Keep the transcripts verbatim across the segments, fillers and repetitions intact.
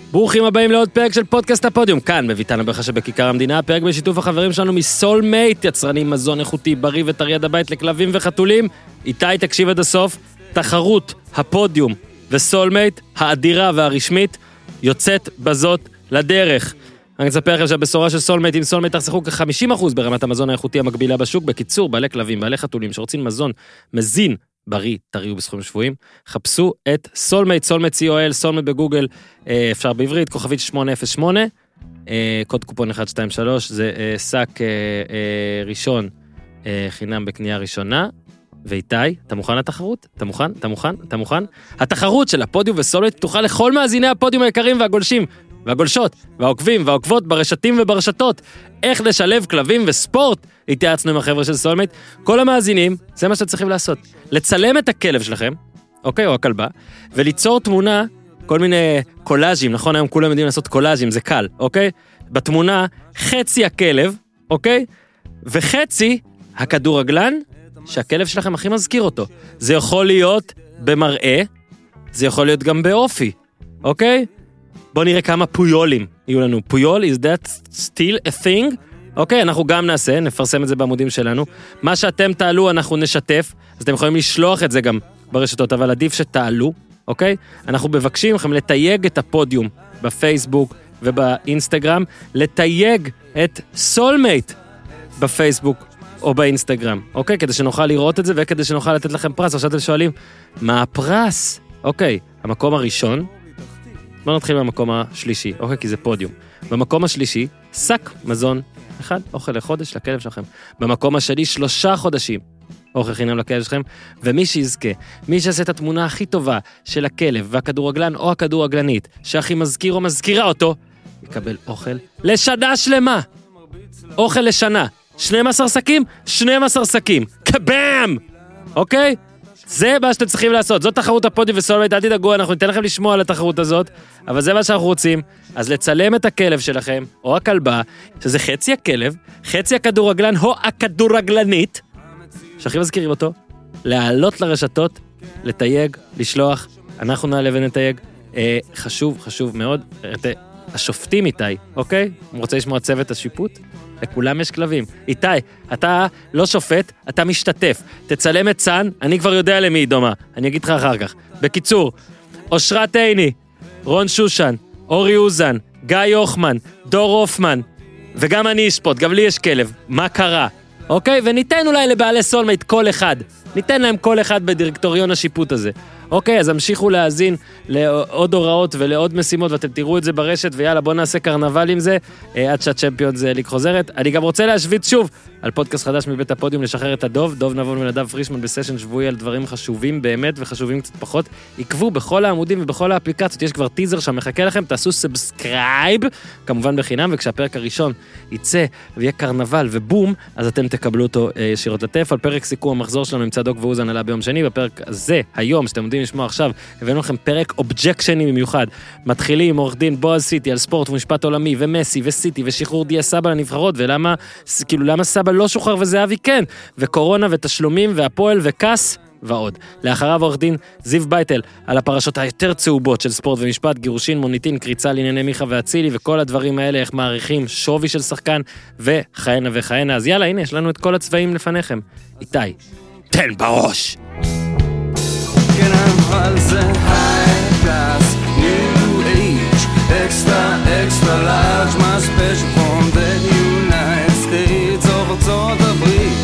ברוכים הבאים לעוד פרק של פודקאסט הפודיום, כאן בביתן הברכה שבכיכר המדינה, פרק בשיתוף החברים שלנו מסולמייט, יצרנים מזון איכותי, בריא וטרי עד הבית לכלבים וחתולים. איתי, תקשיב עד הסוף, תחרות הפודיום וסולמייט, האדירה והרשמית, יוצאת בזאת לדרך. אני אספר לכם שהבשורה של סולמייט, עם סולמייט תחסכו כ-חמישים אחוז ברמת המזון האיכותי המקבילה בשוק. בקיצור, בעלי כלבים, בעלי חתולים שרוצים מזון מזין, בריא, טרי ובסכומים שבועים, חפשו את סולמייט, סולמייט סי או אל, סולמייט בגוגל, אפשר בעברית, כוכבית שמונה אפס שמונה, קוד קופון אחת שתיים שלוש, זה שק ראשון, חינם בקנייה ראשונה. ואיתי, אתה מוכן לתחרות? אתה מוכן? אתה מוכן? אתה מוכן? התחרות של הפודיום וסולמייט פתוחה לכל מאזיני הפודיום היקרים והגולשים, והגולשות, והעוקבים, והעוקבות ברשתים וברשתות. איך לשלב כלבים וספורט? התייעצנו עם החבר'ה של סולמייט. כל המאזינים, זה מה שאתם צריכים לעשות. לצלם את הכלב שלכם, אוקיי, או הכלבה, וליצור תמונה, כל מיני קולאז'ים, נכון? היום כולם יודעים לעשות קולאז'ים, זה קל, אוקיי? בתמונה, חצי הכלב, אוקיי? וחצי הכדורגלן, שהכלב שלכם הכי מזכיר אותו. זה יכול להיות במראה, זה יכול להיות גם באופי, אוקיי? בואו נראה כמה פויולים יהיו לנו. פויול, is that still a thing? אוקיי, אנחנו גם נעשה, נפרסם את זה בעמודים שלנו. מה שאתם תעלו אנחנו נשתף, אז אתם יכולים לשלוח את זה גם ברשתות, אבל עדיף שתעלו, אוקיי? אנחנו מבקשים לכם לתייג את הפודיום בפייסבוק ובאינסטגרם, לתייג את סולמייט בפייסבוק או באינסטגרם, אוקיי? כדי שנוכל לראות את זה וכדי שנוכל לתת לכם פרס. עכשיו אתם שואלים, מה הפרס? אוקיי, המקום הראשון, בואו נתחיל במקום השלישי, אוקיי, כי זה פודיום. במקום השלישי, שק מזון אחד, אוכל לחודש לכלב שלכם. במקום השני, שלושה חודשים, אוכל חינם לכלב שלכם, ומי שיזכה, מי שעשה את התמונה הכי טובה של הכלב והכדורגלן או הכדורגלנית, שהכי מזכיר או מזכירה אותו, יקבל אוכל לשנה שלמה. אוכל לשנה. שנים עשר שקים, שנים עשר שקים. קבאם! אוקיי? זה מה שאתם צריכים לעשות. זאת תחרות הפודיום וסולמייט, אל תדאגו, אנחנו ניתן לכם לשמוע על התחרות הזאת, אבל זה מה שאנחנו רוצים. אז לצלם את הכלב שלכם, או הכלבה, שזה חצי הכלב, חצי הכדורגלן, או הכדורגלנית, שהכי מזכירים אותו, להעלות לרשתות, לתייג, לשלוח, אנחנו נעלה ונתייג. אה, חשוב, חשוב מאוד. אה, השופטים איתי, אוקיי? הוא רוצה לשמוע צוות השיפוט? לכולם יש כלבים. איתי, אתה לא שופט, אתה משתתף. תצלם את צאן, אני כבר יודע למי היא דומה. אני אגיד לך אחר כך. בקיצור, אושרת עיני, רון שושן, אורי אוזן, גיא יוחמן, דור אופמן, וגם אני אשפוט, גם לי יש כלב. מה קרה? אוקיי? וניתן אולי לבעלי סולמייט כל אחד. ניתן להם כל אחד בדירקטוריון השיפוט הזה. אוקיי, אז המשיכו להאזין לעוד הוראות ולעוד משימות, ואתם תראו את זה ברשת, ויאללה, בואו נעשה קרנבל עם זה, עד שהצ'מפיונס ליג חוזרת. אני גם רוצה להשוויץ שוב על פודקאסט חדש מבית הפודיום, לשחרר את הדוב, דוב נבון ונדב פרישמן בסשן שבועי על דברים חשובים באמת, וחשובים קצת פחות. עקבו בכל העמודים ובכל האפליקציות, יש כבר טיזר שם מחכה לכם, תעשו סאבסקרייב, כמובן בחינם, וכשהפרק הראשון יצא ויהיה קרנבל ובום, אז אתם תקבלו אותו ישירות לטף. על פרק סיכום המחזור שלנו עם צדוק ואוזן עלה ביום שני. בפרק הזה, היום, שאתם יודעים לשמוע עכשיו, הבאנו לכם פרק אובג'קשני במיוחד. מתחילים עם עורך דין בועז סיטי על ספורט ומשפט עולמי ומסי וסיטי ושחרור דיה סבא לנבחרות, ולמה, כאילו, למה סבא לא שוחרר וזהבי כן, וקורונה ותשלומים והפועל וכס ועוד. לאחריו עורך דין זיו בייטל על הפרשות היותר צהובות של ספורט ומשפט, גירושין, מוניטין, קריצה לענייני מיכה ואצילי וכל הדברים האלה, איך מעריכים שווי של שחקן וחיינה וחיינה. אז יאללה, הנה, יש לנו את כל הצבעים לפניכם. איתי, תן בראש! כן, אבל זה high class, new age, extra, extra large, my special from the United States, או ארצות הברית.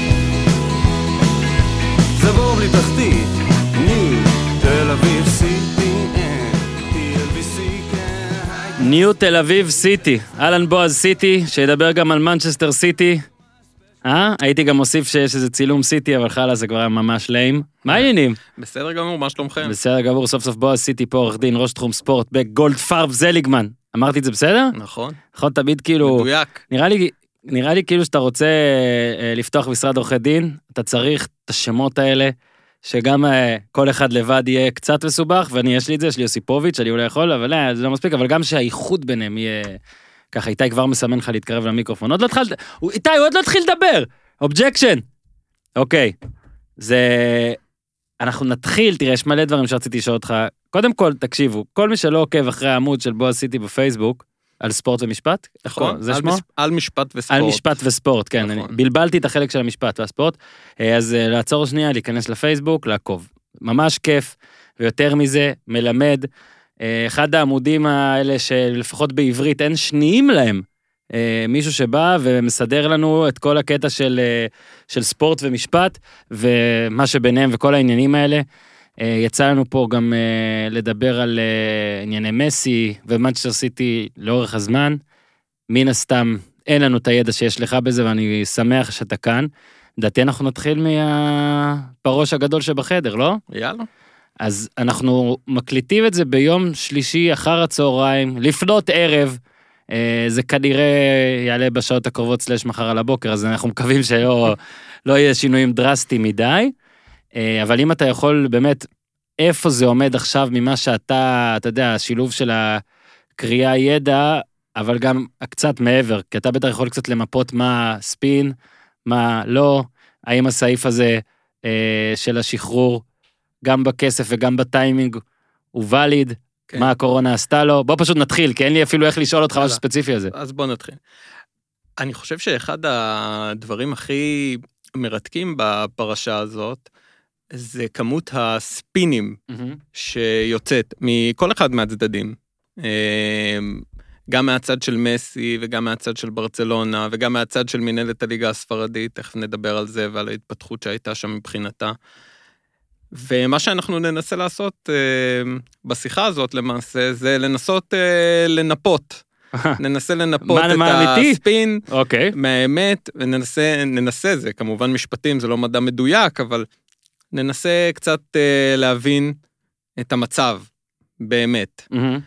זה בור בלי תחתית, ניו תל אביב סיטי, טי אל וי סי, כן, ניו תל אביב סיטי, אלן בועז סיטי, שידבר גם על מנצ'סטר סיטי. אה? הייתי גם מוסיף שיש איזה צילום סיטי, אבל חלה זה כבר ממש ליים. מה העניינים? בסדר גמור, מה שלומכם? בסדר גמור, סוף סוף בועז סיטי פה, עורך דין, ראש תחום ספורט, בגולד פארב זליגמן. אמרתי את זה בסדר? נכון. נכון, תמיד כאילו... מדויק. נראה לי, נראה לי כאילו שאתה רוצה לפתוח משרד עורכי דין, אתה צריך את השמות האלה, שגם כל אחד לבד יהיה קצת מסובך, ואני יש לי את זה, יש לי יוסיפוביץ', אני אולי יכול, אבל לא, זה לא מספיק, אבל גם שהאיחוד ביניהם יהיה... ככה, איתי כבר מסמן לך להתקרב למיקרופון. עוד לא התחיל... איתי, הוא עוד לא התחיל לדבר! אובג'קשן! אוקיי. זה... אנחנו נתחיל, תראה, יש מלא דברים שרציתי לשאול אותך, קודם כל, תקשיבו, כל מי שלא עוקב אחרי העמוד של בועז סיטי בפייסבוק, על ספורט ומשפט, נכון, זה על שמו? מש- על משפט וספורט. על משפט וספורט, כן, נכון. אני בלבלתי את החלק של המשפט והספורט, אז אה, לעצור שנייה, להיכנס לפייסבוק, לעקוב. ממש כיף, ויותר מזה, מלמד, אה, אחד העמודים האלה שלפחות בעברית אין שניים להם, אה, מישהו שבא ומסדר לנו את כל הקטע של, אה, של ספורט ומשפט, ומה שביניהם וכל העניינים האלה, אה, יצא לנו פה גם אה, לדבר על אה, ענייני מסי ומנצ'סטר סיטי לאורך הזמן, מן הסתם אין לנו את הידע שיש לך בזה, ואני שמח שאתה כאן. לדעתי אנחנו נתחיל מהפרוש הגדול שבחדר, לא? יאללה. אז אנחנו מקליטים את זה ביום שלישי אחר הצהריים, לפנות ערב, אה, זה כנראה יעלה בשעות הקרובות סלש מחר על הבוקר, אז אנחנו מקווים שלא לא יהיה שינויים דרסטיים מדי, אה, אבל אם אתה יכול באמת, איפה זה עומד עכשיו ממה שאתה, אתה יודע, השילוב של הקריאה ידע, אבל גם קצת מעבר, כי אתה בטח יכול קצת למפות מה ספין, מה לא, האם הסעיף הזה אה, של השחרור, גם בכסף וגם בטיימינג, הוא וליד, כן. מה הקורונה עשתה לו, בוא פשוט נתחיל, כי אין לי אפילו איך לשאול אותך משהו ספציפי על זה. אז בוא נתחיל. אני חושב שאחד הדברים הכי מרתקים בפרשה הזאת, זה כמות הספינים שיוצאת מכל אחד מהצדדים. גם מהצד של מסי, וגם מהצד של ברצלונה, וגם מהצד של מנהלת הליגה הספרדית, תכף נדבר על זה ועל ההתפתחות שהייתה שם מבחינתה. ומה שאנחנו ננסה לעשות בשיחה הזאת למעשה, זה לנסות לנפות. ננסה לנפות את הספין מהאמת, וננסה, ננסה זה, כמובן משפטים, זה לא מדע מדויק, אבל ננסה קצת להבין את המצב, באמת.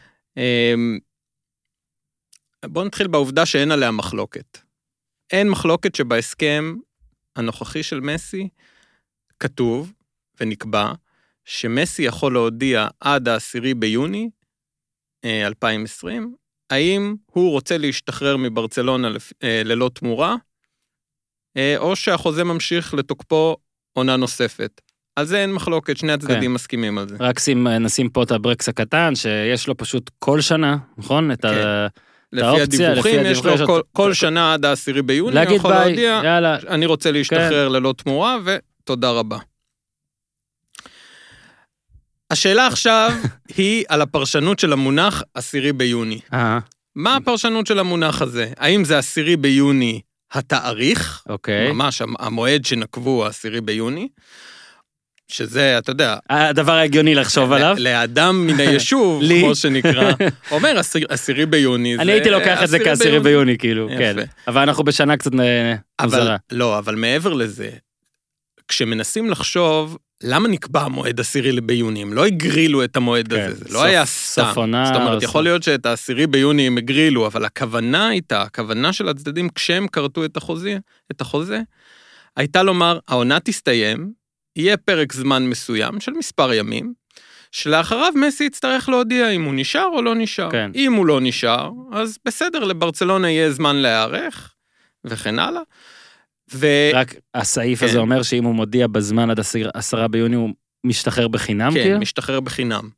בואו נתחיל בעובדה שאין עליה מחלוקת. אין מחלוקת שבהסכם הנוכחי של מסי כתוב ונקבע שמסי יכול להודיע עד העשירי ביוני אלפיים עשרים, האם הוא רוצה להשתחרר מברצלונה ללא תמורה, או שהחוזה ממשיך לתוקפו עונה נוספת. על זה אין מחלוקת, שני הצדדים מסכימים על זה. רק נשים פה את הברקס הקטן, שיש לו פשוט כל שנה, נכון? את ה... לפי הדיווחים, יש לו כל, כל שנה עד העשירי ביוני, הוא יכול ביי, להודיע, יאללה. אני רוצה להשתחרר כן. ללא תמורה, ותודה רבה. השאלה עכשיו היא על הפרשנות של המונח עשירי ביוני. מה הפרשנות של המונח הזה? האם זה עשירי ביוני התאריך? אוקיי. ממש המועד שנקבו העשירי ביוני, שזה, אתה יודע... הדבר ההגיוני לחשוב עליו. לאדם מן היישוב, כמו שנקרא, אומר, עשירי ביוני. אני הייתי לוקח את זה כעשירי ביוני, כאילו, כן. אבל אנחנו בשנה קצת מוזרה. לא, אבל מעבר לזה, כשמנסים לחשוב, למה נקבע המועד עשירי ביוני? הם לא הגרילו את המועד הזה, זה לא היה סתם. זאת אומרת, יכול להיות שאת העשירי ביוני הם הגרילו, אבל הכוונה הייתה, הכוונה של הצדדים, כשהם קרתו את החוזה, את החוזה, הייתה לומר, העונה תסתיים, יהיה פרק זמן מסוים של מספר ימים, שלאחריו מסי יצטרך להודיע אם הוא נשאר או לא נשאר. כן. אם הוא לא נשאר, אז בסדר, לברצלונה יהיה זמן להיערך, וכן הלאה. ו... רק הסעיף כן. הזה אומר שאם הוא מודיע בזמן עד עשרה ביוני, הוא משתחרר בחינם? כן, כאילו? משתחרר בחינם.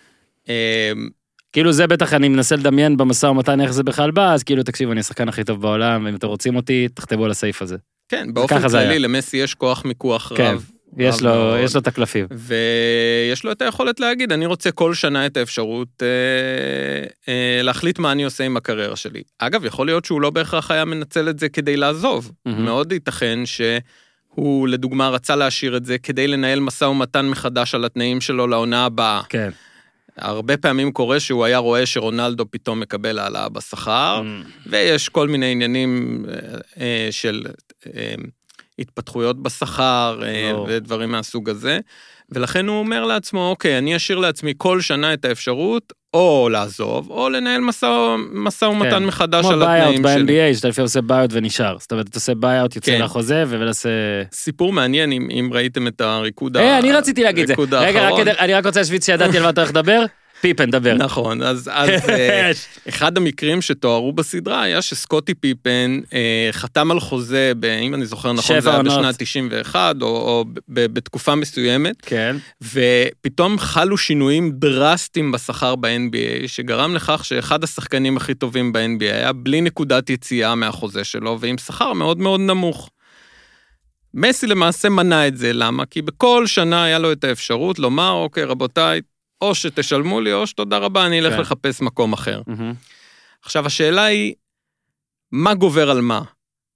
כאילו זה בטח אני מנסה לדמיין במשא ומתן איך זה בכלל בא, אז כאילו תקשיב, אני השחקן הכי טוב בעולם, אם אתם רוצים אותי, תכתבו על הסעיף הזה. כן, באופן כללי, למסי יש כוח מיקוח כן. רב. יש לו, יש לו את הקלפים. ויש לו את היכולת להגיד, אני רוצה כל שנה את האפשרות אה, אה, להחליט מה אני עושה עם הקריירה שלי. אגב, יכול להיות שהוא לא בהכרח היה מנצל את זה כדי לעזוב. Mm-hmm. מאוד ייתכן שהוא, לדוגמה, רצה להשאיר את זה כדי לנהל משא ומתן מחדש על התנאים שלו לעונה הבאה. כן. הרבה פעמים קורה שהוא היה רואה שרונלדו פתאום מקבל העלאה בשכר, mm. ויש כל מיני עניינים אה, של... אה, התפתחויות בשכר לא. ודברים מהסוג הזה, ולכן הוא אומר לעצמו, אוקיי, אני אשאיר לעצמי כל שנה את האפשרות, או לעזוב, או לנהל מסע, מסע ומתן כן. מחדש על התנאים שלי. כמו ביי-אוט ב-אן בי איי, שאתה לפעמים עושה ביי-אוט ונשאר, זאת אומרת, אתה עושה ביי-אוט, יוצא כן. לחוזה, ולעשה... סיפור מעניין, אם, אם ראיתם את הריקוד האחרון. אני רציתי להגיד זה. רגע, רק, אני רק רוצה להשוויץ שידעתי על מה אתה הולך לדבר, פיפן, דבר. נכון, אז, אז אחד המקרים שתוארו בסדרה היה שסקוטי פיפן אה, חתם על חוזה, ב, אם אני זוכר נכון, זה היה בשנת תשעים ואחת, או, או ב, בתקופה מסוימת, כן. ופתאום חלו שינויים דרסטיים בשכר ב-אן בי איי, שגרם לכך שאחד השחקנים הכי טובים ב-אן בי איי היה בלי נקודת יציאה מהחוזה שלו, ועם שכר מאוד מאוד נמוך. מסי למעשה מנע את זה, למה? כי בכל שנה היה לו את האפשרות לומר, אוקיי, רבותיי, או שתשלמו לי, או שתודה רבה, אני אלך כן. לחפש מקום אחר. Mm-hmm. עכשיו, השאלה היא, מה גובר על מה?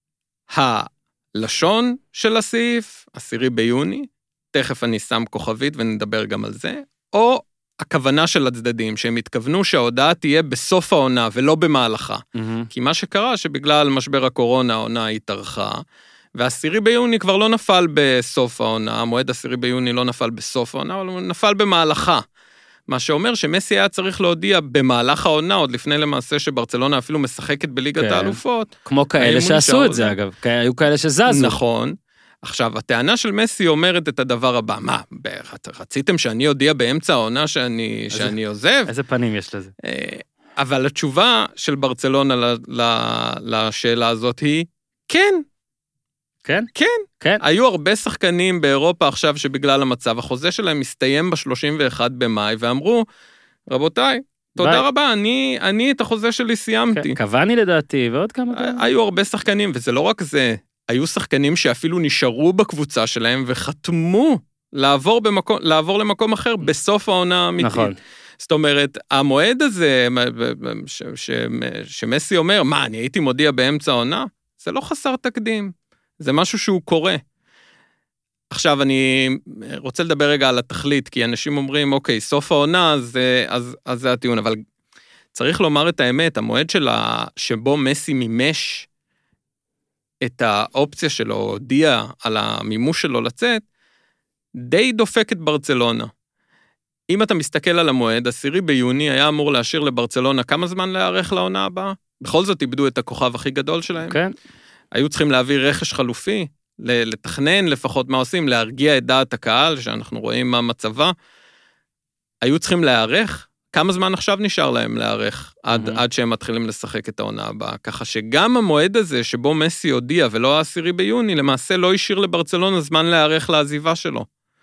הלשון של הסעיף, עשירי ביוני, תכף אני שם כוכבית ונדבר גם על זה, או הכוונה של הצדדים, שהם התכוונו שההודעה תהיה בסוף העונה ולא במהלכה. Mm-hmm. כי מה שקרה שבגלל משבר הקורונה העונה התארכה, והעשירי ביוני כבר לא נפל בסוף העונה, המועד עשירי ביוני לא נפל בסוף העונה, אבל הוא נפל במהלכה. מה שאומר שמסי היה צריך להודיע במהלך העונה, עוד לפני למעשה שברצלונה אפילו משחקת בליגת כן. האלופות. כמו כאלה שעשו את זה, אגב. היו כאלה שזזו. נכון. עכשיו, הטענה של מסי אומרת את הדבר הבא, מה, רציתם שאני אודיע באמצע העונה שאני, שאני עוזב? איזה פנים יש לזה? אבל התשובה של ברצלונה לשאלה הזאת היא, כן. כן? כן. כן. היו הרבה שחקנים באירופה עכשיו שבגלל המצב, החוזה שלהם מסתיים ב-שלושים ואחד במאי, ואמרו, רבותיי, תודה ביי. רבה, אני, אני את החוזה שלי סיימתי. כן, קבעני לדעתי, ועוד כמה כאלה. היו הרבה שחקנים, וזה לא רק זה, היו שחקנים שאפילו נשארו בקבוצה שלהם, וחתמו לעבור, במקום, לעבור למקום אחר בסוף העונה האמיתית. נכון. זאת אומרת, המועד הזה, ש, ש, שמסי אומר, מה, אני הייתי מודיע באמצע העונה? זה לא חסר תקדים. זה משהו שהוא קורה. עכשיו, אני רוצה לדבר רגע על התכלית, כי אנשים אומרים, אוקיי, סוף העונה, אז, אז, אז זה הטיעון, אבל צריך לומר את האמת, המועד שלה, שבו מסי מימש את האופציה שלו, הודיע על המימוש שלו לצאת, די דופק את ברצלונה. אם אתה מסתכל על המועד, עשירי ביוני היה אמור להשאיר לברצלונה כמה זמן להיערך לעונה הבאה? בכל זאת איבדו את הכוכב הכי גדול שלהם. כן. היו צריכים להביא רכש חלופי, לתכנן לפחות מה עושים, להרגיע את דעת הקהל, שאנחנו רואים מה מצבה. היו צריכים להיערך, כמה זמן עכשיו נשאר להם להיערך, עד, עד שהם מתחילים לשחק את העונה הבאה. ככה שגם המועד הזה, שבו מסי הודיע, ולא העשירי ביוני, למעשה לא השאיר לברצלונה זמן להיערך לעזיבה שלו.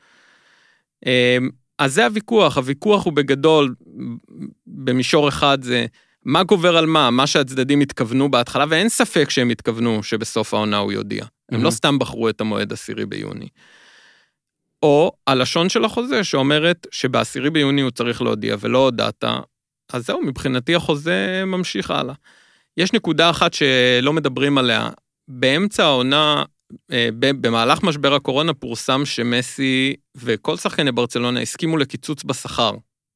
אז זה הוויכוח, הוויכוח הוא בגדול, במישור אחד זה, מה גובר על מה? מה שהצדדים התכוונו בהתחלה, ואין ספק שהם התכוונו שבסוף העונה הוא יודיע. הם לא סתם בחרו את המועד עשירי ביוני. או הלשון של החוזה שאומרת שבעשירי ביוני הוא צריך להודיע ולא הודעת, אז זהו, מבחינתי החוזה ממשיך הלאה. יש נקודה אחת שלא מדברים עליה, באמצע העונה, במהלך משבר הקורונה פורסם שמסי וכל שחקני ברצלונה הסכימו לקיצוץ בשכר.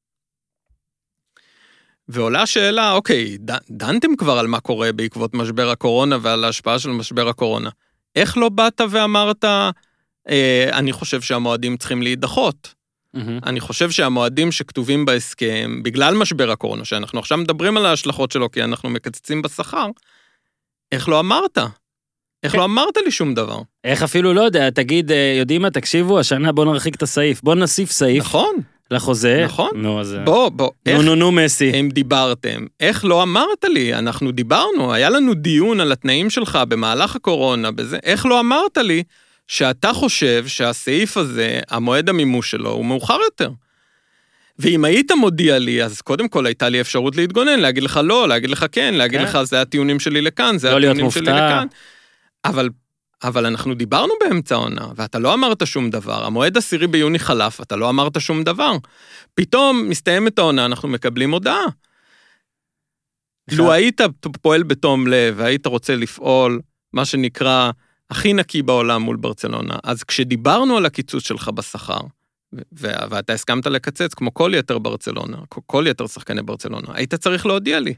ועולה השאלה, אוקיי, דנתם כבר על מה קורה בעקבות משבר הקורונה ועל ההשפעה של משבר הקורונה. איך לא באת ואמרת, אה, אני חושב שהמועדים צריכים להידחות. Mm-hmm. אני חושב שהמועדים שכתובים בהסכם, בגלל משבר הקורונה, שאנחנו עכשיו מדברים על ההשלכות שלו, כי אנחנו מקצצים בשכר, איך לא אמרת? איך כן. לא אמרת לי שום דבר? איך אפילו לא יודע, תגיד, יודעים מה, תקשיבו, השנה בוא נרחיק את הסעיף, בוא נוסיף סעיף. נכון. לחוזה. נכון. נו, אז... בוא, בוא. נו, איך, נו, נו, מסי. הם דיברתם. איך לא אמרת לי? אנחנו דיברנו, היה לנו דיון על התנאים שלך במהלך הקורונה, בזה. איך לא אמרת לי שאתה חושב שהסעיף הזה, המועד המימוש שלו, הוא מאוחר יותר? ואם היית מודיע לי, אז קודם כל הייתה לי אפשרות להתגונן, להגיד לך לא, להגיד לך כן, להגיד כן. לך, זה הטיעונים שלי לכאן, זה לא הטיעונים שלי לכאן. אבל... אבל אנחנו דיברנו באמצע העונה, ואתה לא אמרת שום דבר. המועד עשירי ביוני חלף, אתה לא אמרת שום דבר. פתאום מסתיימת העונה, אנחנו מקבלים הודעה. לו היית פועל בתום לב, והיית רוצה לפעול, מה שנקרא, הכי נקי בעולם מול ברצלונה, אז כשדיברנו על הקיצוץ שלך בשכר, ואתה הסכמת לקצץ, כמו כל יתר ברצלונה, כל יתר שחקני ברצלונה, היית צריך להודיע לי.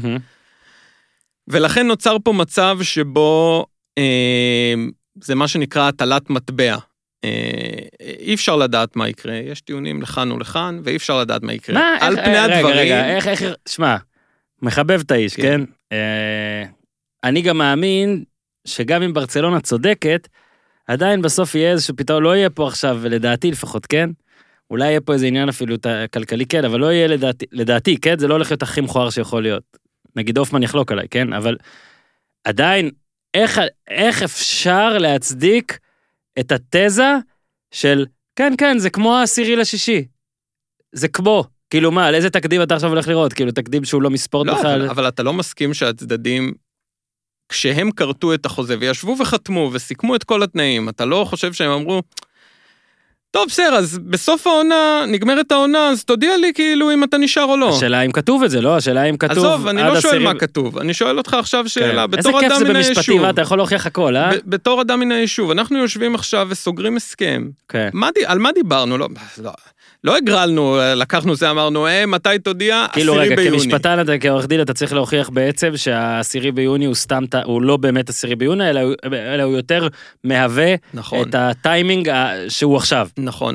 ולכן נוצר פה מצב שבו, זה מה שנקרא הטלת מטבע. אי אפשר לדעת מה יקרה, יש טיעונים לכאן ולכאן, ואי אפשר לדעת מה יקרה. מה? על איך, פני רגע, הדברים... רגע, איך, איך, שמה, מחבב את האיש, כן? כן? אני גם מאמין שגם אם ברצלונה צודקת, עדיין בסוף יהיה איזשהו פתרון, לא יהיה פה עכשיו, ולדעתי לפחות, כן? אולי יהיה פה איזה עניין אפילו כלכלי, כן, אבל לא יהיה לדעתי, לדעתי, כן, זה לא הולך להיות הכי מכוער שיכול להיות. נגיד אופמן יחלוק עליי, כן, אבל עדיין, איך, איך אפשר להצדיק את התזה של, כן, כן, זה כמו העשירי לשישי. זה כמו, כאילו מה, על איזה תקדים אתה עכשיו הולך לראות? כאילו תקדים שהוא לא מספורט לא, בכלל. אבל, אבל אתה לא מסכים שהצדדים, כשהם קרתו את החוזה וישבו וחתמו וסיכמו את כל התנאים, אתה לא חושב שהם אמרו, טוב, בסדר, אז בסוף העונה, נגמרת העונה, אז תודיע לי כאילו אם אתה נשאר או לא. השאלה אם כתוב את זה, לא? השאלה אם כתוב... עזוב, אני לא שואל מה כתוב, אני שואל אותך עכשיו שאלה, בתור אדם מן היישוב. איזה כיף זה במשפטים, אתה יכול להוכיח הכל, אה? בתור אדם מן היישוב, אנחנו יושבים עכשיו וסוגרים הסכם. על מה דיברנו? לא, לא הגרלנו, לקחנו זה, אמרנו, אה, מתי תודיע? כאילו רגע, כמשפטן, כעורך דין, אתה צריך להוכיח בעצם שהעשירי ביוני הוא סתם, הוא לא באמת עשירי ביוני, אלא הוא יותר מהווה את הטיימינג שהוא עכשיו. נכון,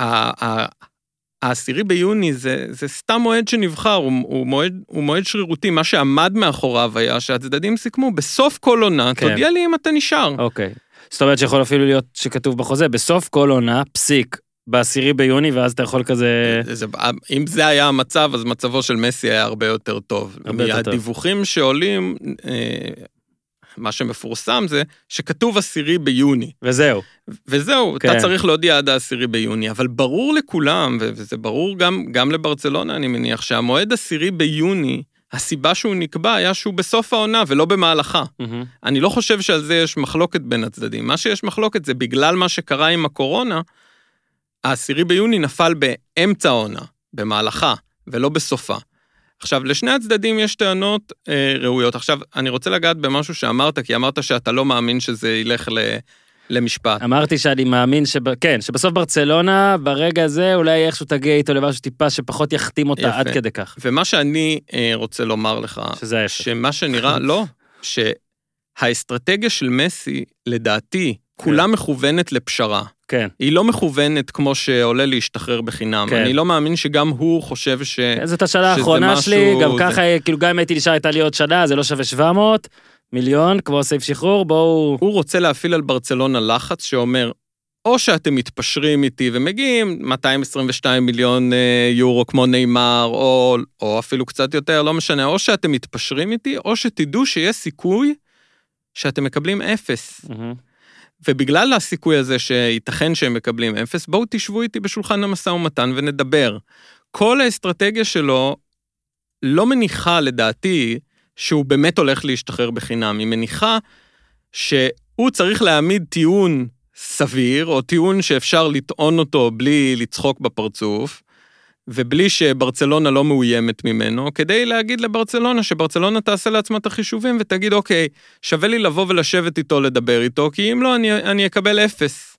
העשירי ביוני זה, זה סתם מועד שנבחר, הוא, הוא, מועד, הוא מועד שרירותי, מה שעמד מאחוריו היה שהצדדים סיכמו, בסוף כל עונה, כן. תודיע לי אם אתה נשאר. אוקיי, זאת אומרת שיכול אפילו להיות שכתוב בחוזה, בסוף כל עונה, פסיק, בעשירי ביוני, ואז אתה יכול כזה... זה, אם זה היה המצב, אז מצבו של מסי היה הרבה יותר טוב. הרבה יותר טוב. הדיווחים שעולים... מה שמפורסם זה שכתוב עשירי ביוני. וזהו. וזהו, כן. אתה צריך להודיע עד העשירי ביוני, אבל ברור לכולם, וזה ברור גם, גם לברצלונה, אני מניח, שהמועד עשירי ביוני, הסיבה שהוא נקבע היה שהוא בסוף העונה ולא במהלכה. Mm-hmm. אני לא חושב שעל זה יש מחלוקת בין הצדדים. מה שיש מחלוקת זה בגלל מה שקרה עם הקורונה, העשירי ביוני נפל באמצע העונה, במהלכה, ולא בסופה. עכשיו, לשני הצדדים יש טענות אה, ראויות. עכשיו, אני רוצה לגעת במשהו שאמרת, כי אמרת שאתה לא מאמין שזה ילך ל, למשפט. אמרתי שאני מאמין, שב, כן, שבסוף ברצלונה, ברגע הזה, אולי איכשהו תגיע איתו למשהו טיפה, שפחות יחתים אותה יפה. עד כדי כך. ומה שאני אה, רוצה לומר לך, שזה ההפך. שמה שנראה, לא, שהאסטרטגיה של מסי, לדעתי, כולה מכוונת לפשרה. כן. היא לא מכוונת כמו שעולה להשתחרר בחינם. כן. אני לא מאמין שגם הוא חושב ש... זאת השנה האחרונה שלי, גם ככה, כאילו גם הייתי נשאר הייתה לי עוד שנה, זה לא שווה שבע מאות מיליון, כמו סעיף שחרור, בואו... הוא רוצה להפעיל על ברצלונה לחץ שאומר, או שאתם מתפשרים איתי ומגיעים מאתיים עשרים ושתיים מיליון יורו כמו ניימר, או, או אפילו קצת יותר, לא משנה, או שאתם מתפשרים איתי, או שתדעו שיש סיכוי שאתם מקבלים אפס. Mm-hmm. ובגלל הסיכוי הזה שייתכן שהם מקבלים אפס, בואו תשבו איתי בשולחן המשא ומתן ונדבר. כל האסטרטגיה שלו לא מניחה לדעתי שהוא באמת הולך להשתחרר בחינם. היא מניחה שהוא צריך להעמיד טיעון סביר, או טיעון שאפשר לטעון אותו בלי לצחוק בפרצוף, ובלי שברצלונה לא מאוימת ממנו, כדי להגיד לברצלונה, שברצלונה תעשה לעצמה את החישובים, ותגיד, אוקיי, שווה לי לבוא ולשבת איתו, לדבר איתו, כי אם לא, אני, אני אקבל אפס.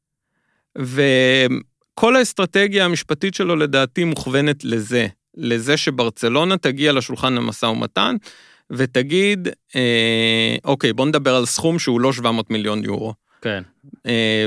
וכל האסטרטגיה המשפטית שלו, לדעתי, מוכוונת לזה, לזה שברצלונה תגיע לשולחן המשא ומתן, ותגיד, אה, אוקיי, בוא נדבר על סכום שהוא לא שבע מאות מיליון יורו. כן. אה,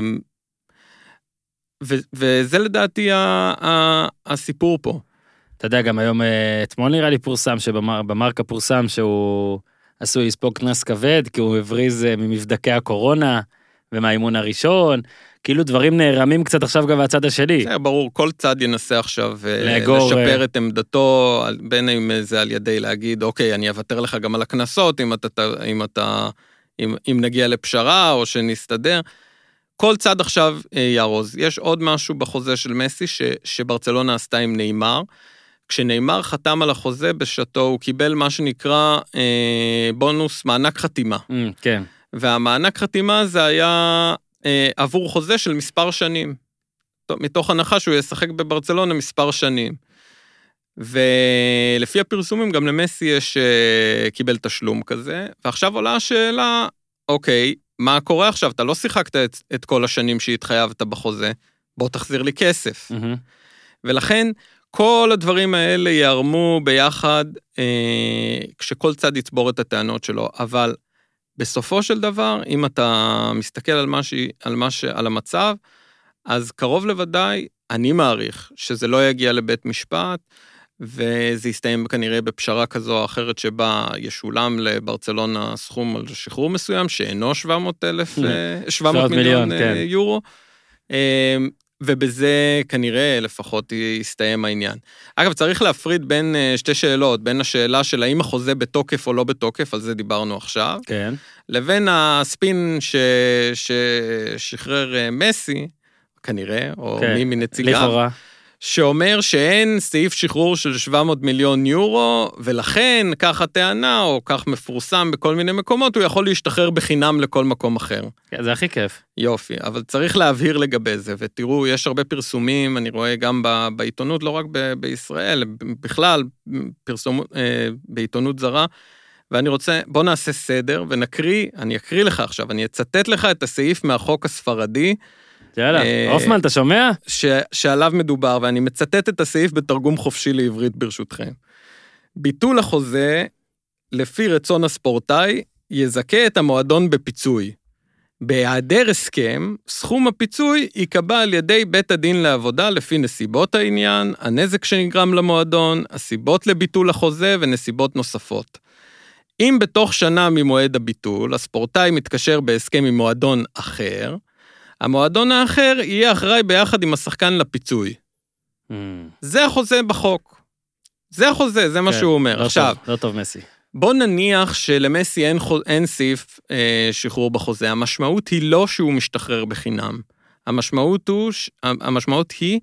ו- וזה לדעתי הסיפור פה. אתה יודע, גם היום, אתמול נראה לי פורסם, שבמרקה פורסם שהוא עשוי לספוג קנס כבד, כי הוא הבריז ממבדקי הקורונה, ומהאימון הראשון, כאילו דברים נערמים קצת עכשיו גם מהצד השני. זה ברור, כל צד ינסה עכשיו לשפר את עמדתו, בין אם זה על ידי להגיד, אוקיי, אני אוותר לך גם על הכנסות, אם אתה, אם אתה, אם, אם נגיע לפשרה, או שנסתדר, כל צד עכשיו ירוז. יש עוד משהו בחוזה של מסי ש, שברצלונה עשתה עם ניימר. כשניימר חתם על החוזה בשעתו, הוא קיבל מה שנקרא אה, בונוס מענק חתימה. Mm, כן. והמענק חתימה זה היה אה, עבור חוזה של מספר שנים. מתוך הנחה שהוא ישחק בברצלונה מספר שנים. ולפי הפרסומים גם למסי יש אה, קיבל תשלום כזה. ועכשיו עולה השאלה, אוקיי, מה קורה עכשיו? אתה לא שיחקת את, את כל השנים שהתחייבת בחוזה, בוא תחזיר לי כסף. Mm-hmm. ולכן, כל הדברים האלה יערמו ביחד, אה, כשכל צד יצבור את הטענות שלו, אבל בסופו של דבר, אם אתה מסתכל על, מה ש, על, מה ש, על המצב, אז קרוב לוודאי, אני מעריך שזה לא יגיע לבית משפט, וזה יסתיים כנראה בפשרה כזו או אחרת שבה ישולם לברצלונה סכום על שחרור מסוים, שאינו שבע מאות אלף, שבע מאות מיליון יורו. ובזה כנראה לפחות יסתיים העניין. אגב, צריך להפריד בין שתי שאלות, בין השאלה של האם החוזה בתוקף או לא בתוקף, על זה דיברנו עכשיו, כן. לבין הספין ששחרר מסי, כנראה, או כן. מי מנציגיו, לכאורה. שאומר שאין סעיף שחרור של שבע מאות מיליון יורו, ולכן, כך הטענה, או כך מפורסם בכל מיני מקומות, הוא יכול להשתחרר בחינם לכל מקום אחר. כן, זה הכי כיף. יופי, אבל צריך להבהיר לגבי זה, ותראו, יש הרבה פרסומים, אני רואה גם בעיתונות, לא רק ב- בישראל, בכלל, פרסום, בעיתונות זרה, ואני רוצה, בוא נעשה סדר, ונקריא, אני אקריא לך עכשיו, אני אצטט לך את הסעיף מהחוק הספרדי, יאללה, אופמן, אתה שומע? ש, שעליו מדובר, ואני מצטט את הסעיף בתרגום חופשי לעברית ברשותכם. ביטול החוזה, לפי רצון הספורטאי, יזכה את המועדון בפיצוי. בהיעדר הסכם, סכום הפיצוי ייקבע על ידי בית הדין לעבודה לפי נסיבות העניין, הנזק שנגרם למועדון, הסיבות לביטול החוזה ונסיבות נוספות. אם בתוך שנה ממועד הביטול, הספורטאי מתקשר בהסכם עם מועדון אחר, המועדון האחר יהיה אחראי ביחד עם השחקן לפיצוי. Mm. זה החוזה בחוק. זה החוזה, זה מה כן, שהוא אומר. לא עכשיו, טוב, לא טוב מסי. בוא נניח שלמסי אין, אין סעיף אה, שחרור בחוזה. המשמעות היא לא שהוא משתחרר בחינם. המשמעות, הוא, המשמעות היא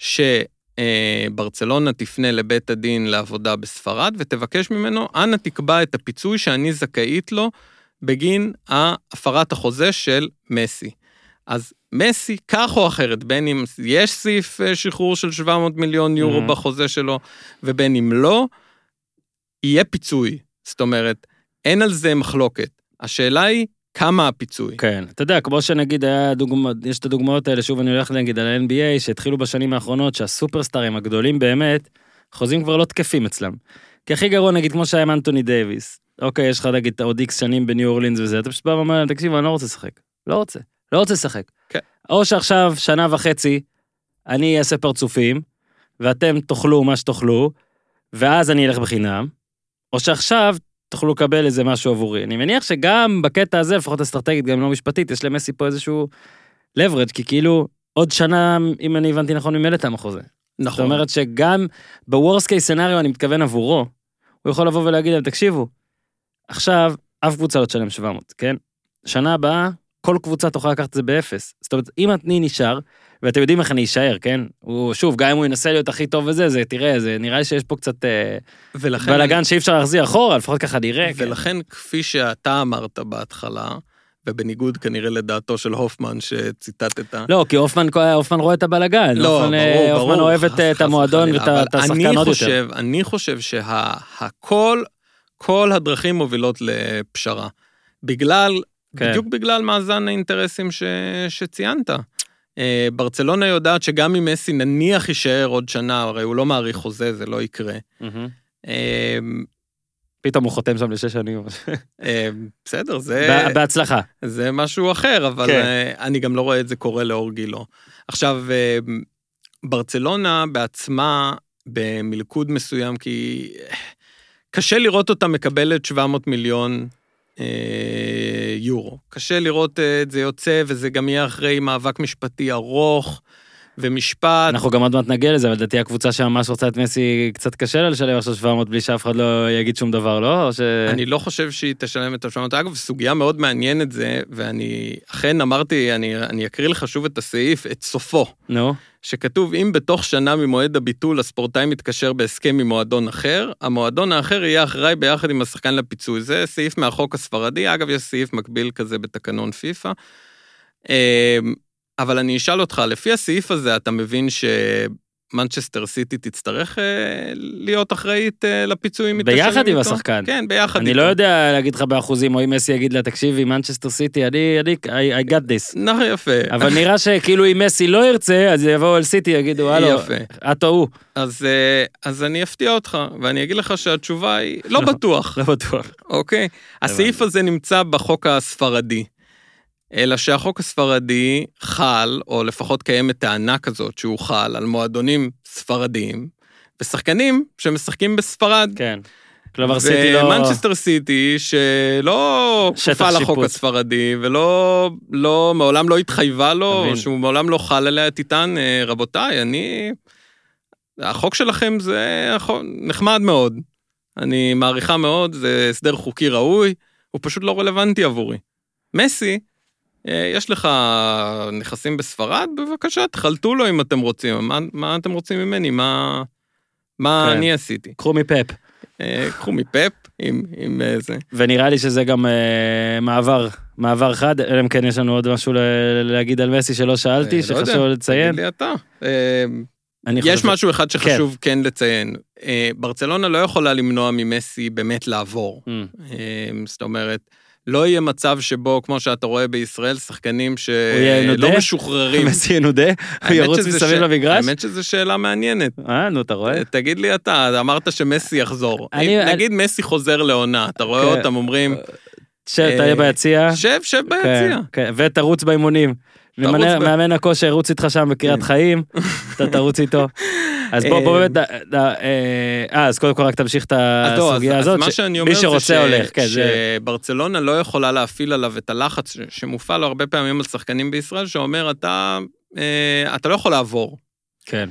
שברצלונה תפנה לבית הדין לעבודה בספרד, ותבקש ממנו, אנא תקבע את הפיצוי שאני זכאית לו, בגין הפרת החוזה של מסי. אז מסי, כך או אחרת, בין אם יש סעיף שחרור של שבע מאות מיליון יורו mm-hmm. בחוזה שלו, ובין אם לא, יהיה פיצוי. זאת אומרת, אין על זה מחלוקת. השאלה היא, כמה הפיצוי? כן, אתה יודע, כמו שנגיד, היה דוגמא, יש את הדוגמאות האלה, שוב אני הולך להגיד על ה-אן בי איי, שהתחילו בשנים האחרונות, שהסופרסטארים הגדולים באמת, חוזים כבר לא תקפים אצלם. כי הכי גרוע, נגיד, כמו שהיה עם אנטוני דייביס, אוקיי, יש לך, נגיד, עוד איקס שנים בניו אורלינס וזה, אתה פשוט בא ואומר להם, תקשיב, אני לא רוצה לשחק. לא רוצה. לא רוצה לשחק. כן. או שעכשיו, שנה וחצי, אני אעשה פרצופים, ואתם תאכלו מה שתאכלו, ואז אני אלך בחינם, או שעכשיו תוכלו לקבל איזה משהו עבורי. אני מניח שגם בקטע הזה, לפחות אסטרטגית, גם לא משפטית, יש למסי פה איזשהו leverage, כי כאילו עוד שנה, אם אני הבנתי נכון, ממילא תם החוזה. נכון. זאת אומרת שגם ב-worst case scenario, אני מתכוון עבורו, הוא יכול לבוא ולהגיד להם, תקשיבו, עכשיו, אף קבוצה לא תשלם שבע מאות, כן? שנה הבאה, כל קבוצה תוכל לקחת את זה באפס. זאת אומרת, אם אני נשאר, ואתם יודעים איך אני אשאר, כן? הוא, שוב, גם אם הוא ינסה להיות הכי טוב וזה, זה, תראה, זה נראה לי שיש פה קצת ולכן, בלגן שאי אפשר להחזיר אחורה, לפחות ככה נראה. ולכן, כן. כפי שאתה אמרת בהתחלה, ובניגוד כנראה לדעתו של הופמן שציטטת. לא, כי הופמן, הופמן רואה את הבלגן. לא, הופמן, ברור, ברור. הופמן אוהב את, את המועדון ואת השחקן עוד יותר. אני חושב שהכל, כל הדרכים מובילות לפשרה. בגלל, כן. בדיוק בגלל מאזן האינטרסים ש, שציינת. ברצלונה יודעת שגם אם מסי נניח יישאר עוד שנה, הרי הוא לא מעריך חוזה, זה לא יקרה. פתאום הוא חותם שם לשש שנים. בסדר, זה... בהצלחה. זה משהו אחר, אבל אני גם לא רואה את זה קורה לאור גילו. עכשיו, ברצלונה בעצמה, במלכוד מסוים, כי קשה לראות אותה מקבלת שבע מאות מיליון יורו. קשה לראות את זה יוצא, וזה גם יהיה אחרי מאבק משפטי ארוך, ומשפט. אנחנו גם עוד מעט נגיע לזה, אבל לדעתי הקבוצה שממש רוצה את מסי, קצת קשה לה לשלם עכשיו שבע מאות בלי שאף אחד לא יגיד שום דבר, לא? ש... אני לא חושב שהיא תשלם את ה-שבע מאות. אגב, סוגיה מאוד מעניינת זה, ואני אכן אמרתי, אני, אני אקריא לך שוב את הסעיף, את סופו. נו. שכתוב, אם בתוך שנה ממועד הביטול, הספורטאי מתקשר בהסכם עם מועדון אחר, המועדון האחר יהיה אחראי ביחד עם השחקן לפיצוי. זה סעיף מהחוק הספרדי, אגב, יש סעיף מקביל כזה בתקנון פיפה. אבל אני אשאל אותך, לפי הסעיף הזה, אתה מבין שמנצ'סטר סיטי תצטרך להיות אחראית לפיצוי? ביחד עם השחקן. כן, ביחד איתו. אני לא יודע להגיד לך באחוזים, או אם מסי יגיד לה, תקשיבי, מנצ'סטר סיטי, אני, אני, I got this. נכון, יפה. אבל נראה שכאילו אם מסי לא ירצה, אז יבואו על סיטי, יגידו, הלו, את או הוא. אז, אז אני אפתיע אותך, ואני אגיד לך שהתשובה היא לא בטוח. לא בטוח. אוקיי? הסעיף הזה נמצא בחוק הספרדי. אלא שהחוק הספרדי חל, או לפחות קיימת טענה כזאת שהוא חל על מועדונים ספרדיים, ושחקנים שמשחקים בספרד. כן. כלומר, סיטי לא... ומנצ'סטר סיטי, שלא כפופה לחוק הספרדי, ולא, לא, מעולם לא התחייבה לו, שהוא מעולם לא חל עליה, תיתן, רבותיי, אני... החוק שלכם זה נחמד מאוד. אני מעריכה מאוד, זה הסדר חוקי ראוי, הוא פשוט לא רלוונטי עבורי. מסי, יש לך נכסים בספרד, בבקשה, תחלטו לו אם אתם רוצים. מה, מה אתם רוצים ממני? מה, מה כן. אני עשיתי? קחו מפאפ. קחו מפאפ עם, עם זה. ונראה לי שזה גם אה, מעבר, מעבר חד, אלא אם כן יש לנו עוד משהו להגיד על מסי שלא שאלתי, לא שחשוב יודע, לציין. תגיד לי אתה. אה, יש חושב... משהו אחד שחשוב כן, כן לציין. אה, ברצלונה לא יכולה למנוע ממסי באמת לעבור. Mm. אה, זאת אומרת, לא יהיה מצב שבו, כמו שאתה רואה בישראל, שחקנים שלא משוחררים. מסי ינודה? הוא ירוץ מסביב למגרש? האמת שזו שאלה מעניינת. אה, נו, אתה רואה? תגיד לי אתה, אמרת שמסי יחזור. נגיד מסי חוזר לעונה, אתה רואה אותם אומרים... שב, תהיה ביציע. שב, שב ביציע. ותרוץ באימונים. מאמן הכושר ירוץ איתך שם בקריית חיים, אתה תרוץ איתו. אז בוא, בוא באמת, אה, אז קודם כל רק תמשיך את הסוגיה הזאת, מי שרוצה הולך. שברצלונה לא יכולה להפעיל עליו את הלחץ שמופעל לו הרבה פעמים על שחקנים בישראל, שאומר, אתה לא יכול לעבור. כן.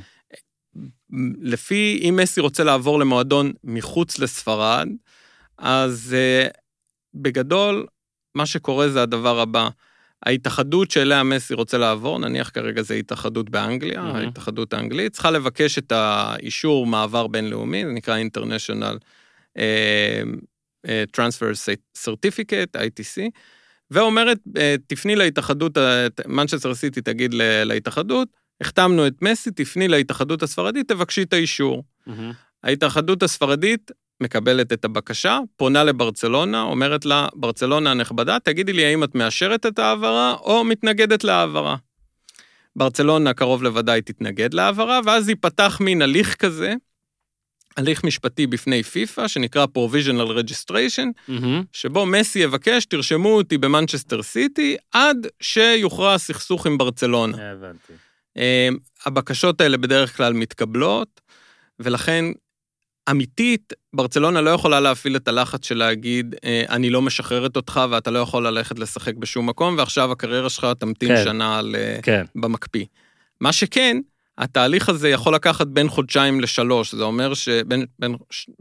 לפי, אם מסי רוצה לעבור למועדון מחוץ לספרד, אז בגדול, מה שקורה זה הדבר הבא, ההתאחדות שאליה מסי רוצה לעבור, נניח כרגע זה התאחדות באנגליה, mm-hmm. ההתאחדות האנגלית, צריכה לבקש את האישור מעבר בינלאומי, זה נקרא International uh, uh, Transfer Certificate, איי טי סי, ואומרת, uh, תפני להתאחדות, מנצ'סטר סיטי תגיד להתאחדות, החתמנו את מסי, תפני להתאחדות הספרדית, תבקשי את האישור. Mm-hmm. ההתאחדות הספרדית, מקבלת את הבקשה, פונה לברצלונה, אומרת לה, ברצלונה הנכבדה, תגידי לי האם את מאשרת את העברה, או מתנגדת לעברה. ברצלונה קרוב לוודאי תתנגד לעברה, ואז ייפתח מין הליך כזה, הליך משפטי בפני פיפה, שנקרא Provisional Registration, mm-hmm. שבו מסי יבקש, תרשמו אותי במנצ'סטר סיטי, עד שיוכרע סכסוך עם ברצלונה. הבנתי. הבקשות האלה בדרך כלל מתקבלות, ולכן, אמיתית, ברצלונה לא יכולה להפעיל את הלחץ של להגיד, אני לא משחררת אותך, ואתה לא יכול ללכת לשחק בשום מקום, ועכשיו הקריירה שלך תמתין כן. שנה על, כן. במקפיא. מה שכן, התהליך הזה יכול לקחת בין חודשיים לשלוש, זה אומר שבין, בין,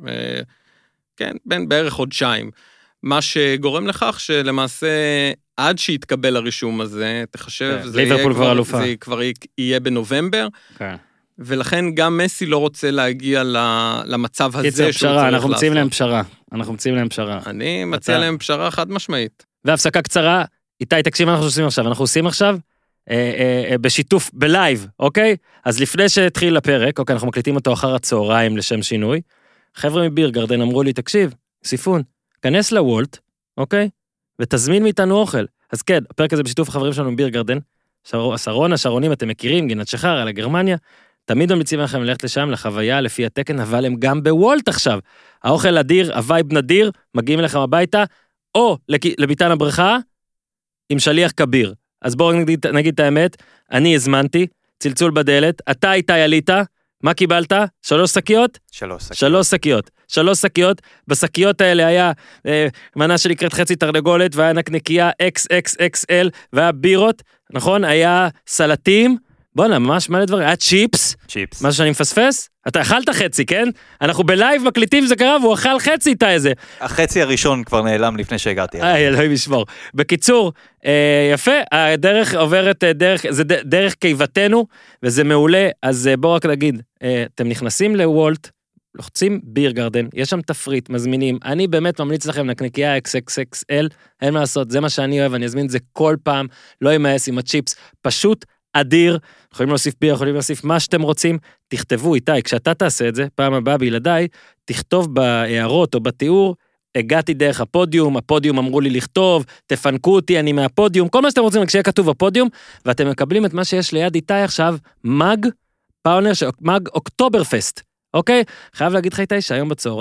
כן, בין בערך חודשיים, מה שגורם לכך שלמעשה, עד שיתקבל הרישום הזה, תחשב, כן. זה, יהיה כבר, זה כבר יהיה בנובמבר, כן. ולכן גם מסי לא רוצה להגיע למצב הזה שהוא צריך לעשות. אנחנו מציעים להם פשרה, אנחנו מציעים להם פשרה. אני מציע להם פשרה חד משמעית. והפסקה קצרה, איתי תקשיב מה אנחנו עושים עכשיו, אנחנו עושים עכשיו בשיתוף, בלייב, אוקיי? אז לפני שהתחיל הפרק, אוקיי, אנחנו מקליטים אותו אחר הצהריים לשם שינוי, חבר'ה מביר גרדן אמרו לי, תקשיב, סיפון, כנס לוולט, אוקיי? ותזמין מאיתנו אוכל. אז כן, הפרק הזה בשיתוף החברים שלנו מביר גרדן, שרון, השרונים, אתם מכירים, גינת שחר, על הגרמניה, תמיד ממליצים לכם ללכת לשם לחוויה לפי התקן, אבל הם גם בוולט עכשיו. האוכל אדיר, הווייב נדיר, מגיעים אליכם הביתה, או לביתן הבריכה, עם שליח כביר. אז בואו נגיד, נגיד את האמת, אני הזמנתי, צלצול בדלת, אתה איתי עלית, מה קיבלת? שלוש שקיות? שלוש שקיות. שלוש שקיות. שלוש שקיות, בשקיות האלה היה אה, מנה שנקראת חצי תרנגולת, והיה נקניקיה אקס אקס אקס אל, והיה בירות, נכון? היה סלטים, בוא'נה, ממש מלא דברים, היה צ'יפס, צ'יפס. משהו שאני מפספס, אתה אכלת חצי, כן? אנחנו בלייב מקליטים, זה קרה, והוא אכל חצי איתה איזה. החצי הראשון כבר נעלם לפני שהגעתי. איי, אלוהים ישמור. בקיצור, אה, יפה, הדרך עוברת דרך, זה דרך קיבתנו, וזה מעולה, אז בואו רק נגיד, אה, אתם נכנסים לוולט, לוחצים ביר גרדן, יש שם תפריט, מזמינים, אני באמת ממליץ לכם נקניקיה אקס אקס אקס אל, אין מה לעשות, זה מה שאני אוהב, אני אזמין את זה כל פעם, לא ימאס עם הצ'יפס, פשוט אדיר, יכולים להוסיף ביר, יכולים להוסיף מה שאתם רוצים, תכתבו איתי, כשאתה תעשה את זה, פעם הבאה בילדיי, תכתוב בהערות או בתיאור, הגעתי דרך הפודיום, הפודיום אמרו לי לכתוב, תפנקו אותי, אני מהפודיום, כל מה שאתם רוצים, כשיהיה כתוב הפודיום, ואתם מקבלים את מה שיש ליד איתי עכשיו, מג, פאונר, מג אוקטובר פסט, אוקיי? חייב להגיד לך איתי שהיום בצהריים,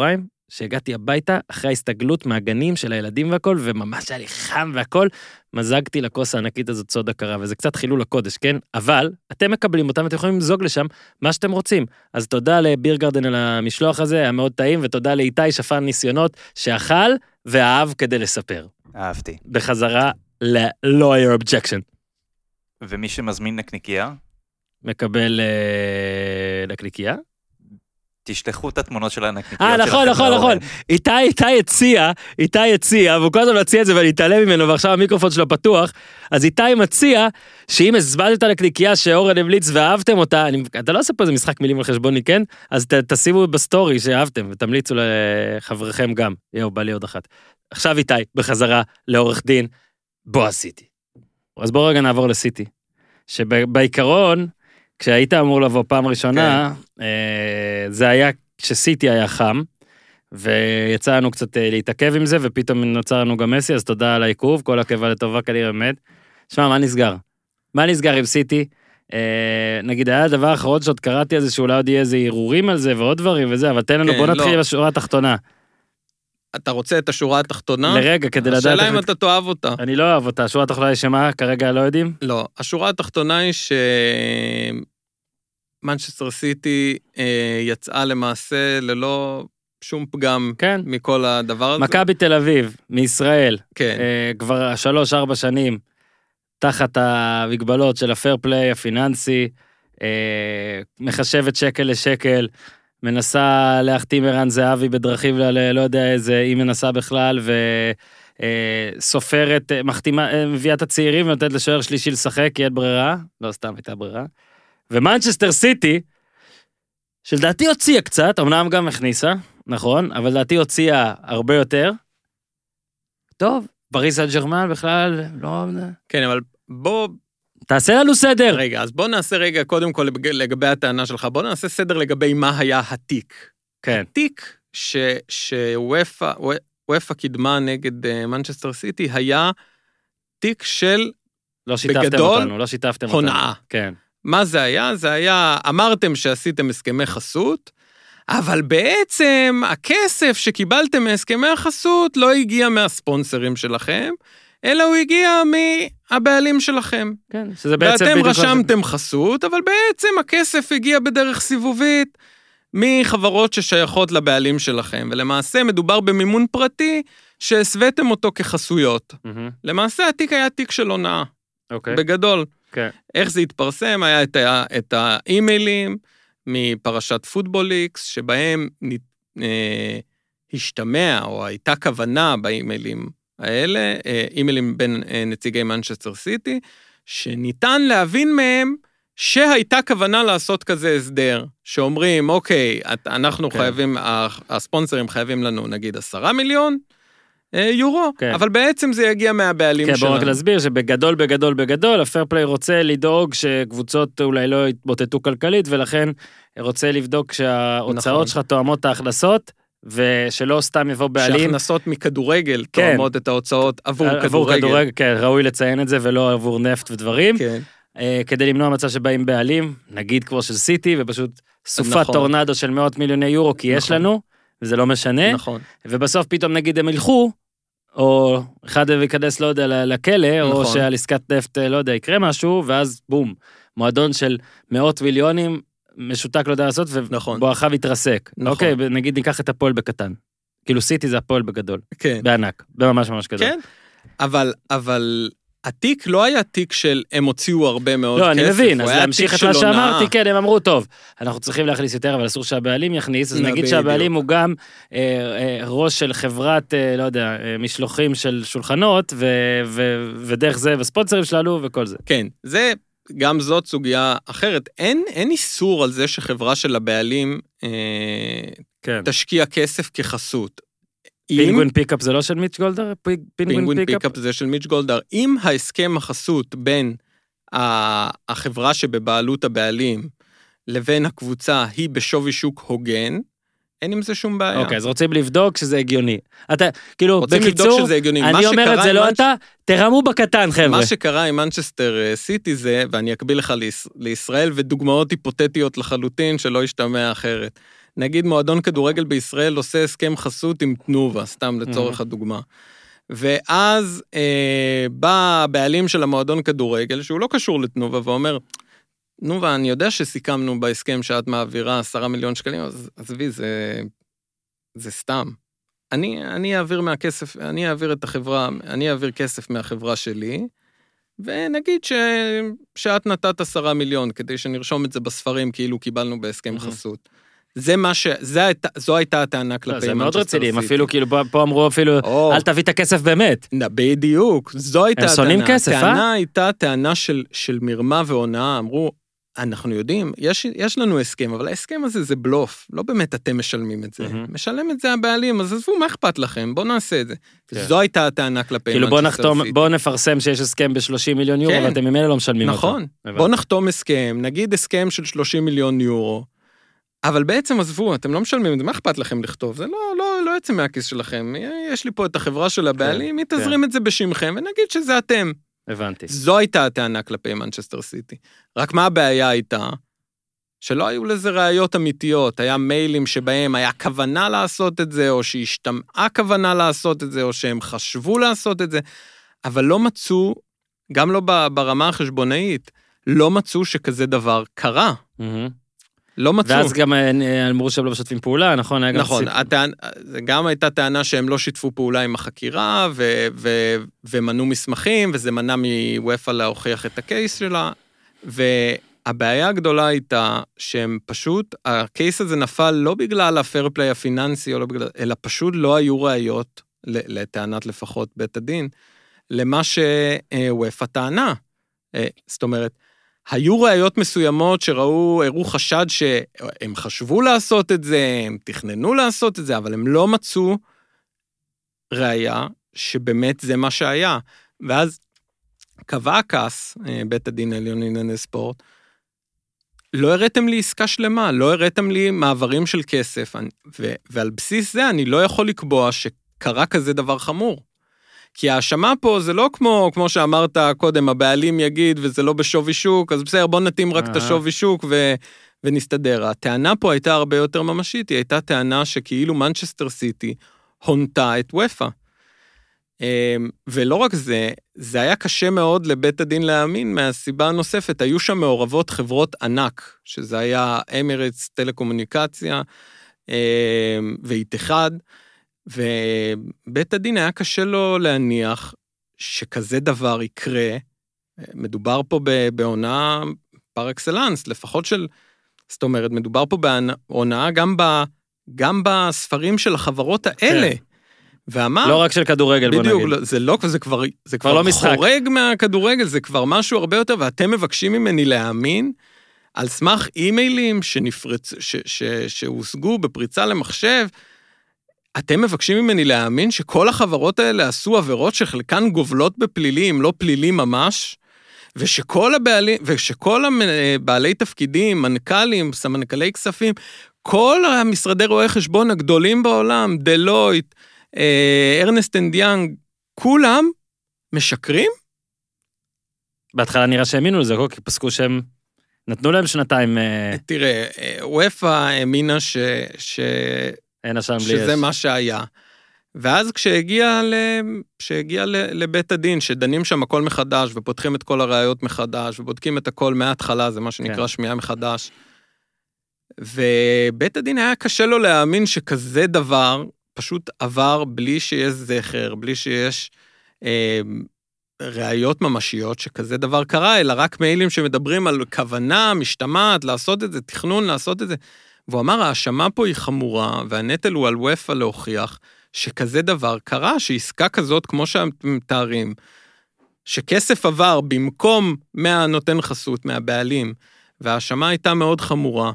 שהגעתי הביתה אחרי ההסתגלות מהגנים של הילדים והכל, וממש היה לי חם והכל, מזגתי לכוס הענקית הזאת סודה קרה, וזה קצת חילול הקודש, כן? אבל אתם מקבלים אותם, אתם יכולים למזוג לשם מה שאתם רוצים. אז תודה לביר גרדן על המשלוח הזה, היה מאוד טעים, ותודה לאיתי שפן ניסיונות, שאכל ואהב כדי לספר. אהבתי. בחזרה ל-lawyer objection. ומי שמזמין נקניקייה, מקבל uh, לקניקייה? תשלחו את התמונות של הנקניקיות אה, שלכם. נכון, נכון, נכון. איתי, איתי הציע, איתי הציע, והוא כל הזמן מציע את זה ואני אתעלם ממנו, ועכשיו המיקרופון שלו פתוח, אז איתי מציע שאם הזמנתם את הנקניקייה שאורן המליץ ואהבתם אותה, אני, אתה לא עושה פה איזה משחק מילים על חשבוני, כן? אז ת, תשימו בסטורי שאהבתם, ותמליצו לחבריכם גם. יאו, בא לי עוד אחת. עכשיו איתי, בחזרה לעורך דין, בוא עשיתי. אז בוא רגע נעבור לסיטי. שבעיקרון, כשהיית אמור לבוא פעם ראשונה, כן. אה, זה היה כשסיטי היה חם, ויצא לנו קצת להתעכב עם זה, ופתאום נוצר לנו גם מסי, אז תודה על העיכוב, כל עקבה לטובה כנראה באמת. שמע, מה נסגר? מה נסגר עם סיטי? אה, נגיד, היה הדבר האחרון שעוד קראתי על זה, שאולי עוד יהיה איזה ערעורים על זה, ועוד דברים וזה, אבל תן לנו, כן, בוא נתחיל לא. בשורה התחתונה. אתה רוצה את השורה התחתונה? לרגע, כדי לדעת... השאלה אם אתה תאהב אותה. אני לא אוהב אותה. השורה התחתונה היא שמה? כרגע לא יודעים? לא. השורה התחתונה היא שמנצ'סטר סיטי יצאה למעשה ללא שום פגם כן. מכל הדבר הזה. מכבי תל אביב, מישראל, כן. כבר שלוש, ארבע שנים, תחת המגבלות של הפייר פליי הפיננסי, מחשבת שקל לשקל, מנסה להחתים ערן זהבי בדרכים, לא יודע איזה, היא מנסה בכלל, וסופרת, מחתימה, מביאה את הצעירים, ונותנת לשוער שלישי לשחק, כי אין ברירה, לא סתם הייתה ברירה, ומנצ'סטר סיטי, שלדעתי הוציאה קצת, אמנם גם הכניסה, נכון, אבל לדעתי הוציאה הרבה יותר, טוב, פריס סן ז'רמן בכלל, לא... כן, אבל בוא... תעשה לנו סדר. רגע, אז בוא נעשה רגע, קודם כל לגבי הטענה שלך, בוא נעשה סדר לגבי מה היה התיק. כן. התיק שוופא, וופא קידמה נגד מנצ'סטר סיטי, היה תיק של, לא שיתפתם בגדול, אותנו, לא שיתפתם הונאה. אותנו. כן. מה זה היה? זה היה, אמרתם שעשיתם הסכמי חסות, אבל בעצם הכסף שקיבלתם מהסכמי החסות לא הגיע מהספונסרים שלכם, אלא הוא הגיע מהבעלים שלכם. כן, שזה בעצם... ואתם רשמתם חסות, אבל בעצם הכסף הגיע בדרך סיבובית מחברות ששייכות לבעלים שלכם, ולמעשה מדובר במימון פרטי שהסוויתם אותו כחסויות. למעשה התיק היה תיק של הונאה. אוקיי. בגדול. כן. איך זה התפרסם? היה את, ה, את האימיילים מפרשת פוטבוליקס, שבהם אה, השתמע, או הייתה כוונה באימיילים האלה, אימיילים בין נציגי מנצ'סטר סיטי, שניתן להבין מהם שהייתה כוונה לעשות כזה הסדר, שאומרים, אוקיי, אנחנו כן. חייבים, הספונסרים חייבים לנו נגיד עשרה מיליון יורו, כן. אבל בעצם זה יגיע מהבעלים כן, שלנו. בואו רק להסביר שבגדול, בגדול, בגדול, הפייר פליי רוצה לדאוג שקבוצות אולי לא יתמוטטו כלכלית, ולכן רוצה לבדוק שההוצאות נכון. שלך תואמות את ההכנסות, ושלא סתם יבוא בעלים. שהכנסות מכדורגל כן. תואמות את ההוצאות עבור, עבור כדורגל. כדורגל. כן, ראוי לציין את זה, ולא עבור נפט ודברים. כן. אה, כדי למנוע מצב שבאים בעלים, נגיד כמו של סיטי, ופשוט סופת נכון. טורנדו של מאות מיליוני יורו, כי נכון. יש לנו, וזה לא משנה. נכון. ובסוף פתאום נגיד הם ילכו, או אחד ייכנס, לא יודע, לכלא, נכון. או שעל עסקת נפט, לא יודע, יקרה משהו, ואז בום, מועדון של מאות מיליונים, משותק לא יודע לעשות, ובואכה והתרסק. נכון. אוקיי, נגיד ניקח את הפועל בקטן. כאילו סיטי זה הפועל בגדול. כן. בענק, בממש ממש גדול. כן, אבל, אבל התיק לא היה תיק של הם הוציאו הרבה מאוד לא, כסף. לא, אני מבין, אז להמשיך את מה שאמרתי, כן, הם אמרו, טוב, אנחנו צריכים להכניס יותר, אבל אסור שהבעלים יכניס, אז נגיד שהבעלים הוא גם אה, אה, ראש של חברת, אה, לא יודע, אה, משלוחים של שולחנות, ו, ו, ודרך זה, וספונסרים שלנו, וכל זה. כן, זה... גם זאת סוגיה אחרת. אין, אין איסור על זה שחברה של הבעלים אה, כן. תשקיע כסף כחסות. פינגווין פיקאפ זה לא של מיץ' גולדר? פינגווין פיקאפ זה של מיץ' גולדר. אם ההסכם החסות בין החברה שבבעלות הבעלים לבין הקבוצה היא בשווי שוק הוגן, אין עם זה שום בעיה. אוקיי, אז רוצים לבדוק שזה הגיוני. אתה, כאילו, רוצים בקיצור, לבדוק שזה הגיוני. אני אומר את זה לא אתה, תרמו בקטן, חבר'ה. מה שקרה עם מנצ'סטר סיטי זה, ואני אקביל לך לישראל, ודוגמאות היפותטיות לחלוטין שלא ישתמע אחרת. נגיד מועדון כדורגל בישראל עושה הסכם חסות עם תנובה, סתם לצורך הדוגמה. ואז אה, בא הבעלים של המועדון כדורגל, שהוא לא קשור לתנובה, ואומר, תנובה, אני יודע שסיכמנו בהסכם שאת מעבירה עשרה מיליון שקלים, אז עזבי, זה, זה סתם. אני, אני אעביר מהכסף, אני אעביר את החברה, אני אעביר כסף מהחברה שלי, ונגיד ש, שאת נתת עשרה מיליון, כדי שנרשום את זה בספרים, כאילו קיבלנו בהסכם חסות. זה מה ש... זה הייתה, זו הייתה הטענה כלפי מנצ'סטר סיטי. זה מאוד רציני, אפילו כאילו פה אמרו אפילו, אל תביא את הכסף באמת. בדיוק, זו הייתה הטענה. הם שונאים כסף, אה? הטענה הייתה טענה של, של מרמה והונאה, אמרו, אנחנו יודעים, יש, יש לנו הסכם, אבל ההסכם הזה זה בלוף, לא באמת אתם משלמים את זה, משלם את זה הבעלים, אז עזבו, מה אכפת לכם? בואו נעשה את זה. זו הייתה הטענה כלפי כאילו בואו נחתום, בואו נפרסם שיש הסכם ב-שלושים מיליון יורו, ואתם ממילא לא משלמים אותו. נכון, בואו נחתום הסכם, נגיד הסכם של שלושים מיליון יורו, אבל בעצם עזבו, אתם לא משלמים את זה, מה אכפת לכם לכתוב? זה לא, לא, לא יוצא מהכיס שלכם, יש לי פה את החברה של הבעלים, היא תזרים את זה בשמכם, ונגיד שזה אתם. הבנתי. זו הייתה הטענה כלפי מנצ'סטר סיטי. רק מה הבעיה הייתה? שלא היו לזה ראיות אמיתיות, היה מיילים שבהם היה כוונה לעשות את זה, או שהשתמעה כוונה לעשות את זה, או שהם חשבו לעשות את זה, אבל לא מצאו, גם לא ברמה החשבונאית, לא מצאו שכזה דבר קרה. לא מצאו. ואז גם אמרו שהם לא משתפים פעולה, נכון? נכון, הטענה, גם הייתה טענה שהם לא שיתפו פעולה עם החקירה, ו, ו, ומנעו מסמכים, וזה מנע מוופא להוכיח את הקייס שלה, והבעיה הגדולה הייתה שהם פשוט, הקייס הזה נפל לא בגלל הפייר פליי הפיננסי, לא בגלל, אלא פשוט לא היו ראיות, לטענת לפחות בית הדין, למה שוופא טענה. זאת אומרת, היו ראיות מסוימות שראו, הראו חשד שהם חשבו לעשות את זה, הם תכננו לעשות את זה, אבל הם לא מצאו ראיה שבאמת זה מה שהיה. ואז קבע הכעס, בית הדין העליון לענייני ספורט, לא הראיתם לי עסקה שלמה, לא הראיתם לי מעברים של כסף, ו- ועל בסיס זה אני לא יכול לקבוע שקרה כזה דבר חמור. כי ההאשמה פה זה לא כמו, כמו שאמרת קודם, הבעלים יגיד, וזה לא בשווי שוק, אז בסדר, בוא נתאים רק את השווי שוק ו, ונסתדר. הטענה פה הייתה הרבה יותר ממשית, היא הייתה טענה שכאילו מנצ'סטר סיטי הונתה את וופא. ולא רק זה, זה היה קשה מאוד לבית הדין להאמין, מהסיבה הנוספת, היו שם מעורבות חברות ענק, שזה היה אמירטס טלקומוניקציה, ואיתחד, ובית הדין היה קשה לו להניח שכזה דבר יקרה, מדובר פה בעונה פר אקסלנס, לפחות של, זאת אומרת, מדובר פה בעונה גם, ב, גם בספרים של החברות האלה, כן. ואמר, לא רק של כדורגל, בוא בדיוק, נגיד. זה לא, זה כבר, זה כבר, כבר לא חורג משחק. מהכדורגל, זה כבר משהו הרבה יותר, ואתם מבקשים ממני להאמין, על סמך אימיילים שנפרצ, ש, ש, שהושגו בפריצה למחשב, אתם מבקשים ממני להאמין שכל החברות האלה עשו עבירות שחלקן גובלות בפלילים, לא פלילים ממש, ושכל הבעלים, ושכל הבעלי תפקידים, מנכ"לים, סמנכ"לי כספים, כל המשרדי רואי חשבון הגדולים בעולם, דלויט, ארנסט אנד יאנג, כולם משקרים? בהתחלה נראה שהאמינו לזה, כי פסקו שהם נתנו להם שנתיים. תראה, וופא האמינה ש... ש... שזה מה שהיה. ואז כשהגיע, ל... כשהגיע ל... לבית הדין, שדנים שם הכל מחדש, ופותחים את כל הראיות מחדש, ובודקים את הכל מההתחלה, זה מה שנקרא כן. שמיעה מחדש, ובית הדין היה קשה לו להאמין שכזה דבר פשוט עבר בלי שיש זכר, בלי שיש אה, ראיות ממשיות שכזה דבר קרה, אלא רק מיילים שמדברים על כוונה, משתמעת, לעשות את זה, תכנון, לעשות את זה. והוא אמר, האשמה פה היא חמורה, והנטל הוא על וופא להוכיח שכזה דבר קרה, שעסקה כזאת, כמו שהם מתארים, שכסף עבר במקום מהנותן חסות, מהבעלים, והאשמה הייתה מאוד חמורה.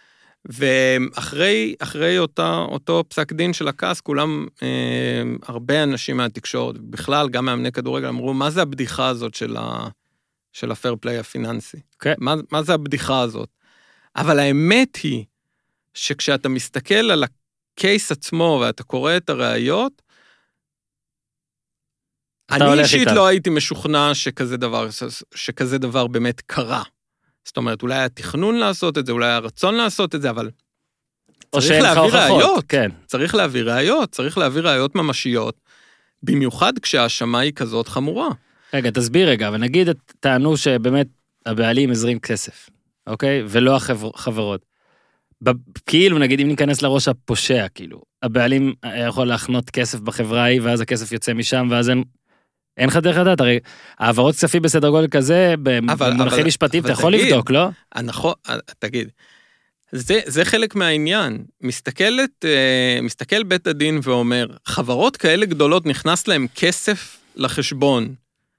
ואחרי אחרי אותה, אותו פסק דין של הכעס, כולם, אה, הרבה אנשים מהתקשורת, בכלל גם מאמני כדורגל, אמרו, מה זה הבדיחה הזאת של, ה, של הפייר פליי הפיננסי? Okay. מה, מה זה הבדיחה הזאת? אבל האמת היא, שכשאתה מסתכל על הקייס עצמו, ואתה קורא את הראיות, אני אישית לא הייתי משוכנע שכזה דבר, שכזה דבר באמת קרה. זאת אומרת, אולי היה תכנון לעשות את זה, אולי היה רצון לעשות את זה, אבל או צריך שאין לך להביא הוכחות. ראיות. כן. צריך להביא ראיות, צריך להביא ראיות ממשיות, במיוחד כשהאשמה היא כזאת חמורה. רגע, תסביר רגע, אבל נגיד טענו שבאמת הבעלים הזרים כסף, אוקיי? ולא החברות. כאילו, נגיד, אם ניכנס לראש הפושע, כאילו, הבעלים יכול להכנות כסף בחברה ההיא, ואז הכסף יוצא משם, ואז אין, אין לך דרך לדעת, הרי העברות כספים בסדר גודל כזה, במונחים משפטיים, אתה יכול לבדוק, לא? נכון, תגיד, זה, זה חלק מהעניין. מסתכלת, מסתכל בית הדין ואומר, חברות כאלה גדולות נכנס להם כסף לחשבון.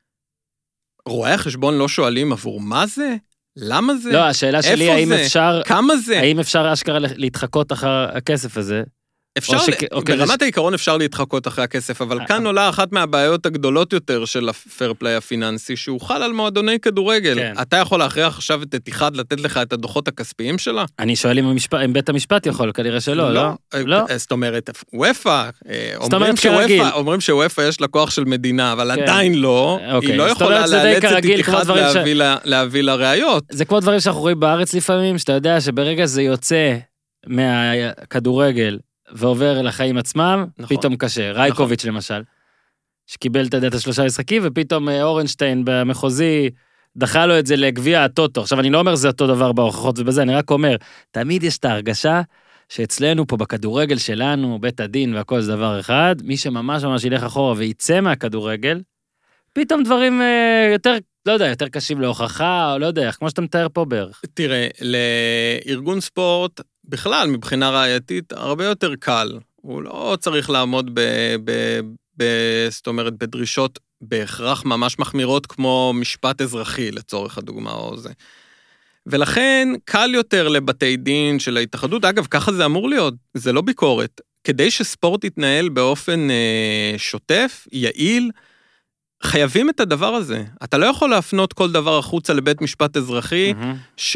רואי החשבון לא שואלים עבור מה זה? למה זה? לא, השאלה שלי, האם זה? אפשר... כמה זה? האם אפשר אשכרה להתחקות אחר הכסף הזה? אפשר, שכ... אוקיי, ברמת זה... העיקרון אפשר להתחקות אחרי הכסף, אבל כאן עולה אחת מהבעיות הגדולות יותר של הפייר פליי הפיננסי, שהוא חל על מועדוני כדורגל. כן. אתה יכול להכריח עכשיו את אחד לתת לך את הדוחות הכספיים שלה? אני שואל אם, המשפ... אם בית המשפט יכול, כנראה שלא, לא? לא. לא. זאת אומרת, וופא, אומרים שוופא, אומרים שוופא יש לקוח של מדינה, אבל כן. עדיין לא, אוקיי. היא לא יכולה לאלץ את אחד להביא, ש... לה... להביא לראיות. זה כמו דברים שאנחנו רואים בארץ לפעמים, שאתה יודע שברגע זה יוצא מהכדורגל, ועובר לחיים עצמם, נכון. פתאום קשה. רייקוביץ' נכון. למשל, שקיבל את הדעת השלושה משחקים, ופתאום אורנשטיין במחוזי, דחה לו את זה לגביע הטוטו. עכשיו, אני לא אומר זה אותו דבר בהוכחות ובזה, אני רק אומר, תמיד יש את ההרגשה, שאצלנו פה בכדורגל שלנו, בית הדין והכל זה דבר אחד, מי שממש ממש ילך אחורה ויצא מהכדורגל, פתאום דברים יותר, לא יודע, יותר קשים להוכחה, או לא יודע, כמו שאתה מתאר פה בערך. תראה, לארגון ספורט, בכלל, מבחינה ראייתית, הרבה יותר קל. הוא לא צריך לעמוד ב... ב, ב זאת אומרת, בדרישות בהכרח ממש מחמירות, כמו משפט אזרחי, לצורך הדוגמה או זה. ולכן, קל יותר לבתי דין של ההתאחדות. אגב, ככה זה אמור להיות, זה לא ביקורת. כדי שספורט יתנהל באופן אה, שוטף, יעיל, חייבים את הדבר הזה. אתה לא יכול להפנות כל דבר החוצה לבית משפט אזרחי, mm-hmm. ש...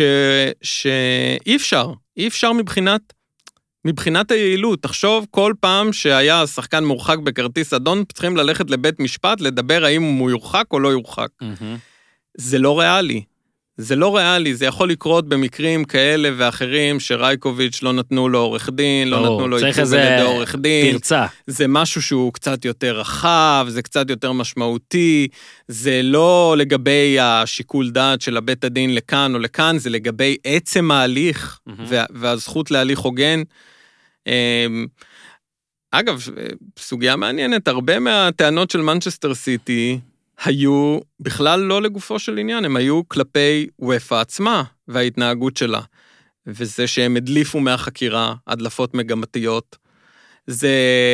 שאי אפשר. אי אפשר מבחינת, מבחינת היעילות. תחשוב, כל פעם שהיה שחקן מורחק בכרטיס אדום, צריכים ללכת לבית משפט, לדבר האם הוא יורחק או לא יורחק. Mm-hmm. זה לא ריאלי. זה לא ריאלי, זה יכול לקרות במקרים כאלה ואחרים, שרייקוביץ' לא נתנו לו עורך דין, לא נתנו לו ייצוג על ידי עורך דין. פרצה. זה משהו שהוא קצת יותר רחב, זה קצת יותר משמעותי, זה לא לגבי השיקול דעת של הבית הדין לכאן או לכאן, זה לגבי עצם ההליך, והזכות להליך הוגן. אגב, סוגיה מעניינת, הרבה מהטענות של מנצ'סטר סיטי, היו בכלל לא לגופו של עניין, הם היו כלפי וופא עצמה וההתנהגות שלה, וזה שהם הדליפו מהחקירה, הדלפות מגמתיות, זה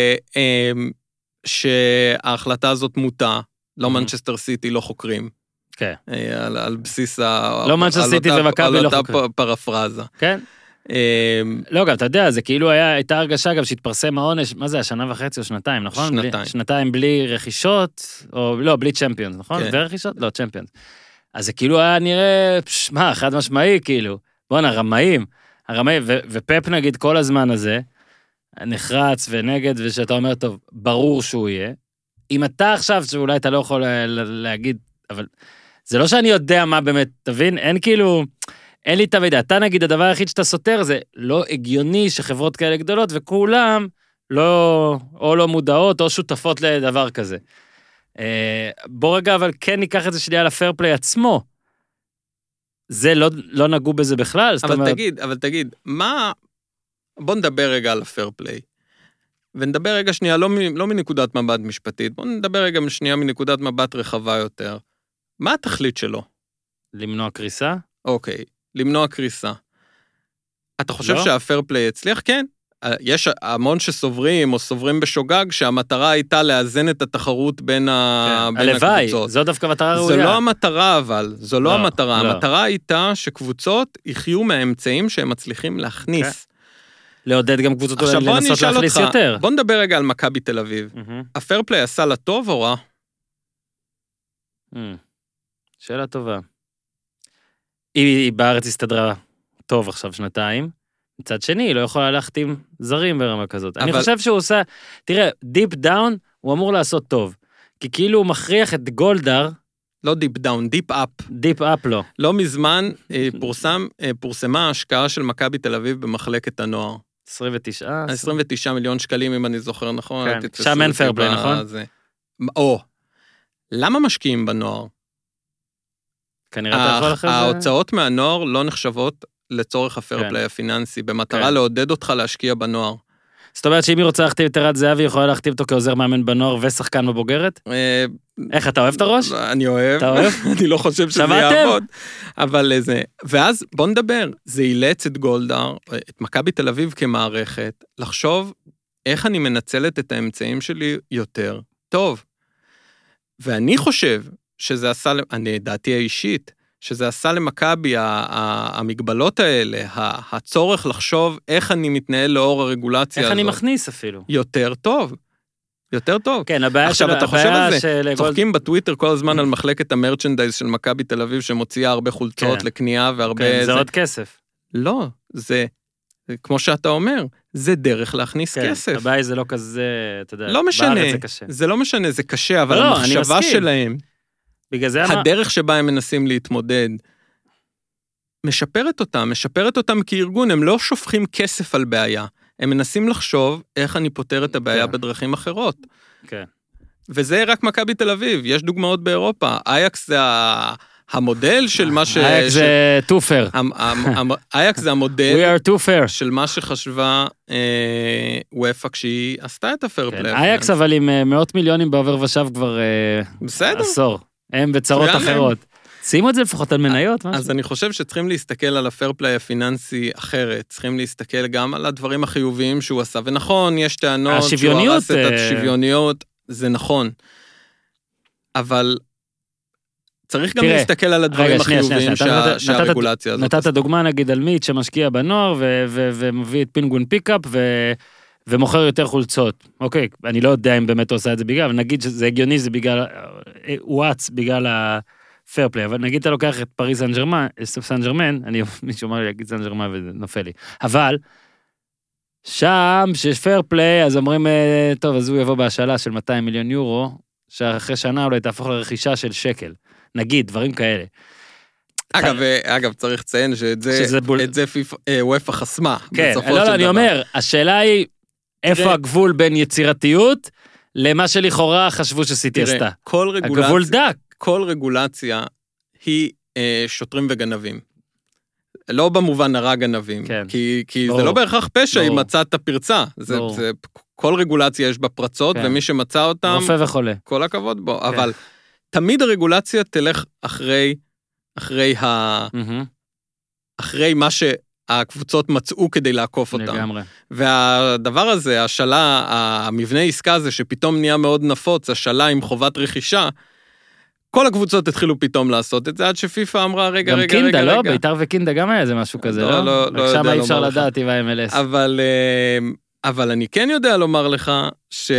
שההחלטה הזאת מוטה, לא מנצ'סטר סיטי, לא חוקרים, כן. על, על בסיס ה... לא מנצ'סטר סיטי ומכבי לא חוקרים. על אותה פרפרזה. כן. לא, גם, אתה יודע, זה כאילו הייתה הרגשה גם שהתפרסם העונש, מה זה, השנה וחצי או שנתיים, נכון? שנתיים. שנתיים בלי רכישות, או לא, בלי צ'מפיונס, נכון? ורכישות? לא, צ'מפיונס. אז זה כאילו היה נראה, מה, חד משמעי, כאילו, בוא'נה, הרמאים, הרמאים, ופפ נגיד כל הזמן הזה, נחרץ ונגד, ושאתה אומר, טוב, ברור שהוא יהיה. אם אתה עכשיו, שאולי אתה לא יכול להגיד, אבל זה לא שאני יודע מה באמת, תבין? אין כאילו... אין לי את המידע, אתה נגיד, הדבר היחיד שאתה סותר זה לא הגיוני שחברות כאלה גדולות, וכולם לא, או לא מודעות, או שותפות לדבר כזה. בוא רגע, אבל כן ניקח את זה שנייה לפייר פליי עצמו. זה לא, לא נגעו בזה בכלל. אבל אומרת... תגיד, אבל תגיד, מה... בוא נדבר רגע על הפייר פליי. ונדבר רגע שנייה, לא, לא מנקודת מבט משפטית, בוא נדבר רגע שנייה מנקודת מבט רחבה יותר. מה התכלית שלו? למנוע קריסה? אוקיי. למנוע קריסה. אתה חושב לא? שהפייר פליי הצליח? כן. יש המון שסוברים או סוברים בשוגג שהמטרה הייתה לאזן את התחרות בין, ה... כן. בין הלוואי, הקבוצות. זו דווקא מטרה ראויה. זו לא המטרה אבל, זו לא, לא המטרה. לא. המטרה הייתה שקבוצות יחיו מהאמצעים שהם מצליחים להכניס. כן. לעודד גם קבוצות לנסות להכניס אותך, יותר. בוא נדבר רגע על מכבי תל אביב. Mm-hmm. הפייר פליי עשה לה טוב או רע? Mm. שאלה טובה. היא בארץ הסתדרה טוב עכשיו שנתיים, מצד שני, היא לא יכולה להחתים זרים ברמה כזאת. אבל... אני חושב שהוא עושה, תראה, דיפ דאון, הוא אמור לעשות טוב, כי כאילו הוא מכריח את גולדהר, לא דיפ דאון, דיפ אפ. דיפ אפ לא. לא מזמן פורסם, פורסמה ההשקעה של מכבי תל אביב במחלקת הנוער. עשרים ותשע. עשרים ותשעה מיליון שקלים, אם אני זוכר נכון. כן, שם אין פייר פליי, נכון? או, למה משקיעים בנוער? כנראה אתה יכול אחרי זה... ההוצאות מהנוער לא נחשבות לצורך הפייר פליי הפיננסי, במטרה לעודד אותך להשקיע בנוער. זאת אומרת שאם היא רוצה להכתיב את ערד זהבי, היא יכולה להכתיב אותו כעוזר מאמן בנוער ושחקן בבוגרת? איך, אתה אוהב את הראש? אני אוהב. אתה אוהב? אני לא חושב שזה יעבוד. אבל זה... ואז בוא נדבר, זה אילץ את גולדהר, את מכבי תל אביב כמערכת, לחשוב איך אני מנצלת את האמצעים שלי יותר טוב. ואני חושב שזה עשה, אני דעתי האישית, שזה עשה למכבי, המגבלות האלה, הצורך לחשוב איך אני מתנהל לאור הרגולציה הזאת. איך אני מכניס אפילו. יותר טוב. יותר טוב. כן, הבעיה של... עכשיו, אתה חושב על זה, צוחקים בטוויטר כל הזמן על מחלקת המרצ'נדייז של מכבי תל אביב, שמוציאה הרבה חולצות לקנייה והרבה... כן, זה עוד כסף. לא, זה, כמו שאתה אומר, זה דרך להכניס כסף. הבעיה זה לא כזה, אתה יודע, לא משנה, זה לא משנה, זה קשה, אבל המחשבה שלהם, הדרך שבה הם מנסים להתמודד, משפרת אותם, משפרת אותם כארגון, הם לא שופכים כסף על בעיה, הם מנסים לחשוב איך אני פותר את הבעיה בדרכים אחרות. כן. וזה רק מכבי תל אביב, יש דוגמאות באירופה, אייקס זה המודל של מה ש... אייקס זה too fair. אייקס זה המודל We are too fair. של מה שחשבה וופא כשהיא עשתה את הפייר פליי. אייקס אבל עם מאות מיליונים בעובר ושב כבר עשור. הם בצרות אחרות. שימו את זה לפחות על מניות. אז אני חושב שצריכים להסתכל על הפייר פליי הפיננסי אחרת, צריכים להסתכל גם על הדברים החיוביים שהוא עשה, ונכון, יש טענות שהוא הרס את השוויוניות, זה נכון. אבל צריך גם להסתכל על הדברים החיוביים שהרגולציה הזאת. נתת דוגמה נגיד על מיט שמשקיע בנוער, ומביא את פינגווין פיקאפ, ומוכר יותר חולצות. אוקיי, אני לא יודע אם באמת הוא עושה את זה בגלל, אבל נגיד שזה הגיוני, זה בגלל, הוא עצ בגלל הפייר פליי, אבל נגיד אתה לוקח את פריז סן ג'רמן, סן ג'רמן, אני מישהו אומר לי להגיד סן ג'רמן ונופל לי, אבל שם שיש פייר פליי, אז אומרים, טוב, אז הוא יבוא בהשאלה של מאתיים מיליון יורו, שאחרי שנה אולי תהפוך לרכישה של שקל. נגיד, דברים כאלה. אגב, אגב, צריך לציין שאת זה, את זה וופא חסמה. כן, לא, לא, אני אומר, השאלה היא, איפה הגבול בין יצירתיות, למה שלכאורה חשבו שסיטי עשתה. כל רגולציה, הגבול דק. כל רגולציה היא שוטרים וגנבים. לא במובן הרע גנבים, כי, כי זה לא בהכרח פשע אם מצאת פרצה. זה, זה, כל רגולציה יש בה פרצות, ומי שמצא אותם, רופא וחולה. כל הכבוד בו, אבל תמיד הרגולציה תלך אחרי, אחרי ה... אחרי מה שהקבוצות מצאו כדי לעקוף אותם. לגמרי. והדבר הזה, השאלה, המבנה עסקה הזה שפתאום נהיה מאוד נפוץ, השאלה עם חובת רכישה, כל הקבוצות התחילו פתאום לעשות את זה, עד שפיפה אמרה, רגע, רגע, רגע, רגע. גם קינדה, לא? ביתר וקינדה גם היה איזה משהו כזה, לא? לא, לא יודע שם אי אפשר לדעת עם ה-אם אל אס. אבל, אבל אני כן יודע לומר לך, ש...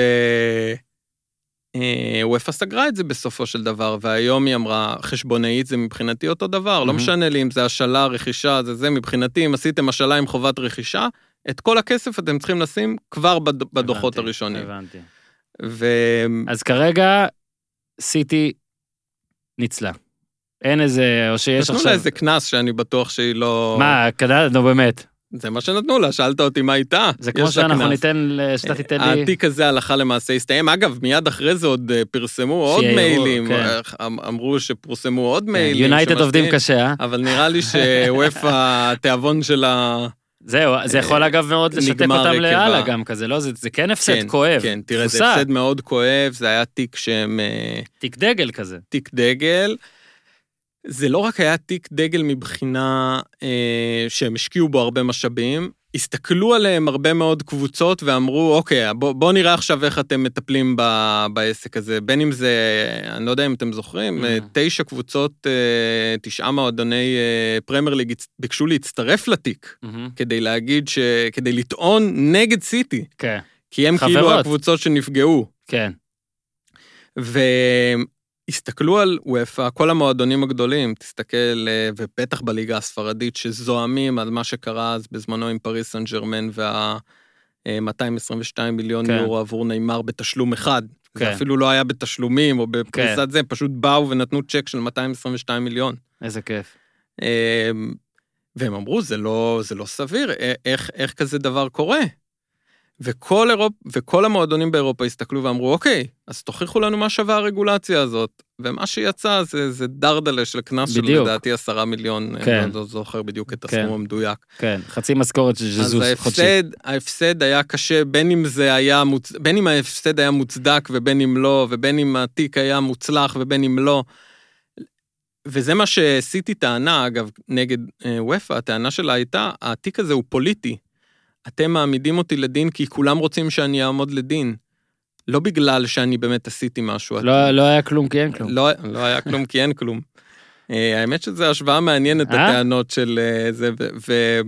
וופא סגרה את זה בסופו של דבר, והיום היא אמרה, חשבונאית זה מבחינתי אותו דבר, לא משנה לי אם זה השאלה, רכישה, זה זה, מבחינתי, אם עשיתם השאלה עם חובת רכישה, את כל הכסף אתם צריכים לשים כבר בדוחות הראשונים. הבנתי. ו... אז כרגע, סיטי ניצלה. אין איזה, או שיש עכשיו... נתנו לה איזה כנס שאני בטוח שהיא לא... מה, כדאי, נו באמת. זה מה שנתנו לה, שאלת אותי מה איתה. זה כמו שאנחנו ניתן, שאתה תיתן לי... העתיק הזה הלכה למעשה הסתיים. אגב, מיד אחרי זה עוד פרסמו עוד מיילים. אמרו שפרסמו עוד מיילים. יונייטד עובדים קשה, אה? אבל נראה לי שוופא, התיאבון שלה... זהו, זה יכול אגב מאוד לשתק אותם להלאה גם כזה, לא? זה כן הפסד כואב. כן, תראה, זה הפסד מאוד כואב, זה היה תיק שהם... תיק דגל כזה. תיק דגל. זה לא רק היה תיק דגל מבחינה אה, שהם השקיעו בו הרבה משאבים, הסתכלו עליהם הרבה מאוד קבוצות ואמרו, אוקיי, בוא, בוא נראה עכשיו איך אתם מטפלים ב, בעסק הזה, בין אם זה, אני לא יודע אם אתם זוכרים, mm-hmm. תשע קבוצות, אה, תשעה מועדוני אה, פרמייר ליג ביקשו להצטרף לתיק, mm-hmm. כדי להגיד, ש, כדי לטעון נגד סיטי, כן. כי הם חברות. כאילו הקבוצות שנפגעו. כן. ו... הסתכלו על וופא, כל המועדונים הגדולים, תסתכל, ובטח בליגה הספרדית, שזוהמים על מה שקרה אז בזמנו עם פריז סן ג'רמן, וה-מאתיים עשרים ושתיים מיליון כן. יורו עבור ניימר בתשלום אחד. כן. זה אפילו לא היה בתשלומים, או בפריסת כן. זה, פשוט באו ונתנו צ'ק של מאתיים עשרים ושתיים מיליון. איזה כיף. והם אמרו, זה לא, זה לא סביר, איך, איך כזה דבר קורה? וכל, אירופ, וכל המועדונים באירופה הסתכלו ואמרו, אוקיי, אז תוכיחו לנו מה שווה הרגולציה הזאת. ומה שיצא זה, זה דרדלה של כנס של לדעתי עשרה מיליון, כן. אני לא זוכר בדיוק את הסכום כן. המדויק. כן, חצי משכורת של ז'זוס חודשי. אז ההפסד, ההפסד היה קשה, בין אם זה היה, מוצ... בין אם ההפסד היה מוצדק ובין אם לא, ובין אם התיק היה מוצלח ובין אם לא. וזה מה שסיטי טענה, אגב, נגד וופא, הטענה שלה הייתה, התיק הזה הוא פוליטי. אתם מעמידים אותי לדין כי כולם רוצים שאני אעמוד לדין. לא בגלל שאני באמת עשיתי משהו. לא, לא היה כלום כי אין כלום. לא, לא היה כלום כי אין כלום. האמת שזו השוואה מעניינת, הטענות של זה, ו,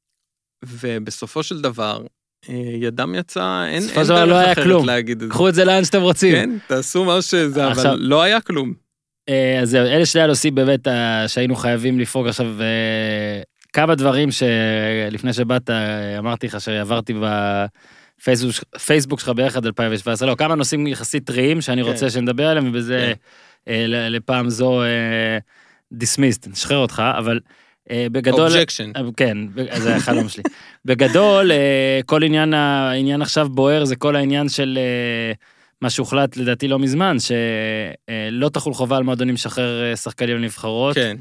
ובסופו של דבר, ידם יצא, אין, אין דרך אחרת להגיד את זה. קחו את זה לאן שאתם רוצים. כן, תעשו מה שזה, אבל לא היה כלום. אז אלה שני הנושאים באמת שהיינו חייבים לפרוק עכשיו, כמה דברים שלפני שבאת אמרתי לך שעברתי בפייסבוק שלך ביחד אלפיים שבע עשרה, לא, כמה נושאים יחסית טריים שאני רוצה שנדבר עליהם, ובזה לפעם זו דיסמיסט, נשחרר אותך, אבל בגדול... אובג'קשן. כן, זה החלום שלי. בגדול, כל עניין, העניין עכשיו בוער, זה כל העניין של מה שהוחלט לדעתי לא מזמן, שלא תחול חובה על מועדונים לשחרר שחקנים לנבחרות. כן.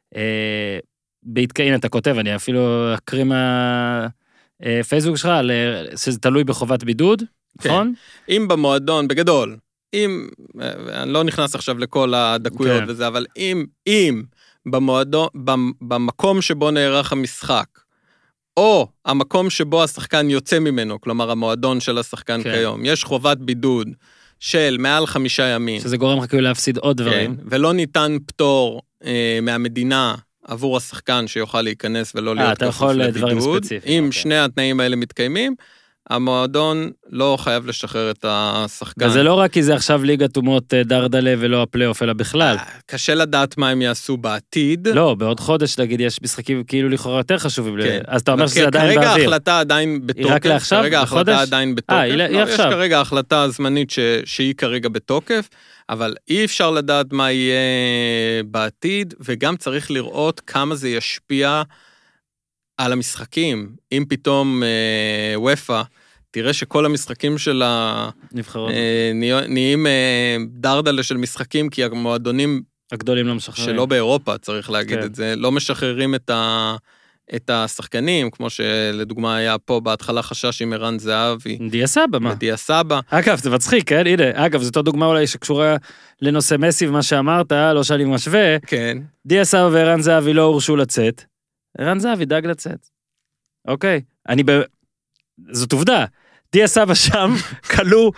בהתקיים, אתה כותב, אני אפילו אקריא מהפייסבוק שלך, שזה תלוי בחובת בידוד, נכון? אם במועדון, בגדול, אם, אני לא נכנס עכשיו לכל הדקויות וזה, אבל אם, אם במועדון, במקום שבו נערך המשחק, או המקום שבו השחקן יוצא ממנו, כלומר המועדון של השחקן כיום, יש חובת בידוד של מעל חמישה ימים. שזה גורם רק להפסיד עוד דברים. ולא ניתן פטור מהמדינה, עבור השחקן שיוכל להיכנס ולא להיות כפוף לבידוד. אם שני התנאים האלה מתקיימים, המועדון לא חייב לשחרר את השחקן. וזה לא רק כי זה עכשיו ליגת אומות דרדלה ולא הפלייאוף, אלא בכלל. קשה לדעת מה הם יעשו בעתיד. לא, בעוד חודש, תגיד, יש משחקים כאילו לכאורה יותר חשובים. אז אתה אומר שזה עדיין באוויר. כרגע ההחלטה עדיין בתוקף. היא רק לעכשיו? כרגע ההחלטה עדיין בתוקף. אה, היא עכשיו. יש כרגע החלטה זמנית שהיא כרגע בתוקף, אבל אי אפשר לדעת מה יהיה בעתיד, וגם צריך לראות כמה זה ישפיע על המשחקים. אם פתאום אה, וופא, תראה שכל המשחקים של הנבחרות אה, נהיים אה, דרדלה של משחקים, כי המועדונים הגדולים לא משחררים. שלא באירופה, צריך להגיד כן. את זה, לא משחררים את, ה, את השחקנים, כמו שלדוגמה היה פה בהתחלה חשש עם ערן זהבי. דיה סבא, מה? דיה סבא. אגב, זה מצחיק, כן? הנה, אגב, זאת דוגמה אולי שקשורה לנושא מסי ומה שאמרת, לא שאני משווה. כן. דיה סבא וערן זהבי לא הורשו לצאת. ערן זהבי דאג לצאת. אוקיי. אני ב... זאת עובדה. דיה סבא שם, קלו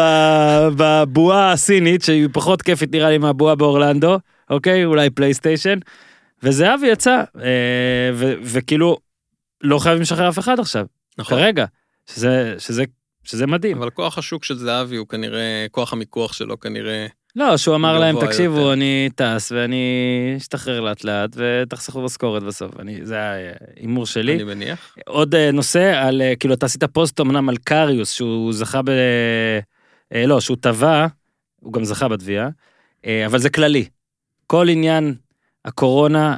בבועה הסינית, שהיא פחות כיפית נראה לי מהבועה באורלנדו, אוקיי? אולי פלייסטיישן. וזהבי יצא, וכאילו, לא חייבים לשחרר אף אחד עכשיו. נכון. כרגע. שזה, שזה, שזה מדהים. אבל כוח השוק של זהבי הוא כנראה, כוח המיקוח שלו כנראה... לא, שהוא אמר להם, תקשיבו, אני טס, ואני אשתחרר לאט לאט, ותחסכו משכורת בסוף. אני, זה האימור שלי. אני מניח. עוד נושא על, כאילו, אתה עשית פוסט אמנם על קריוס, שהוא זכה ב... לא, שהוא טבע, הוא גם זכה בתביעה, אבל זה כללי. כל עניין הקורונה,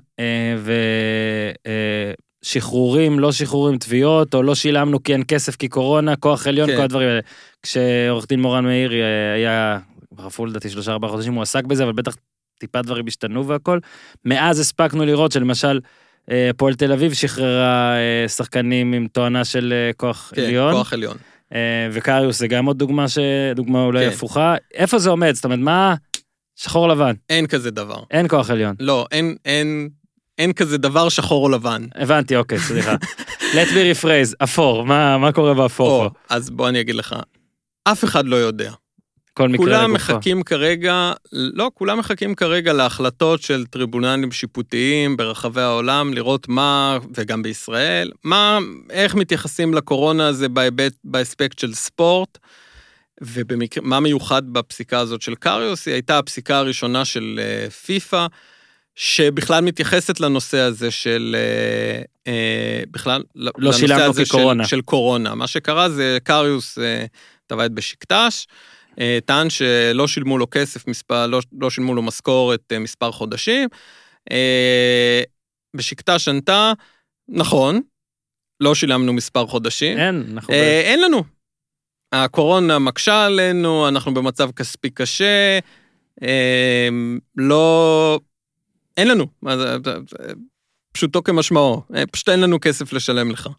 ושחרורים, לא שחרורים, תביעות, או לא שילמנו כי אין כסף, כי קורונה, כוח עליון, כל הדברים האלה. כשעורך דין מורן מאיר היה... ברפו לדעתי שלושה ארבעה חודשים הוא עסק בזה, אבל בטח טיפה דברים השתנו והכל. מאז הספקנו לראות שלמשל, פועל תל אביב שחררה שחקנים עם תואנה של כוח כן, עליון. כן, כוח עליון. וקריוס זה גם עוד דוגמה, ש... דוגמה אולי כן. הפוכה. איפה זה עומד? זאת אומרת, מה? שחור לבן. אין כזה דבר. אין כוח עליון. לא, אין, אין, אין כזה דבר שחור או לבן. הבנתי, אוקיי, סליחה. Let me rephrase, אפור. מה, מה קורה באפור או, פה? אז בוא אני אגיד לך, אף אחד לא יודע. כולם מחכים כרגע, לא, כולם מחכים כרגע להחלטות של טריבונלים שיפוטיים ברחבי העולם, לראות מה, וגם בישראל, מה, איך מתייחסים לקורונה הזה בהיבט, באספקט של ספורט, ומה מיוחד בפסיקה הזאת של קריוס, היא הייתה הפסיקה הראשונה של פיפה, שבכלל מתייחסת לנושא הזה של, בכלל, לא שילמנו כקורונה. של, של קורונה. מה שקרה זה קריוס טבעת בשקטש, טען שלא שילמו לו כסף, מספר, לא, לא שילמו לו משכורת מספר חודשים, בשקטה שנתה, נכון, לא שילמנו מספר חודשים. אין, אנחנו... אה, אין לנו. הקורונה מקשה עלינו, אנחנו במצב כספי קשה, אה, לא... אין לנו. פשוטו כמשמעו. פשוט אין לנו כסף לשלם לך.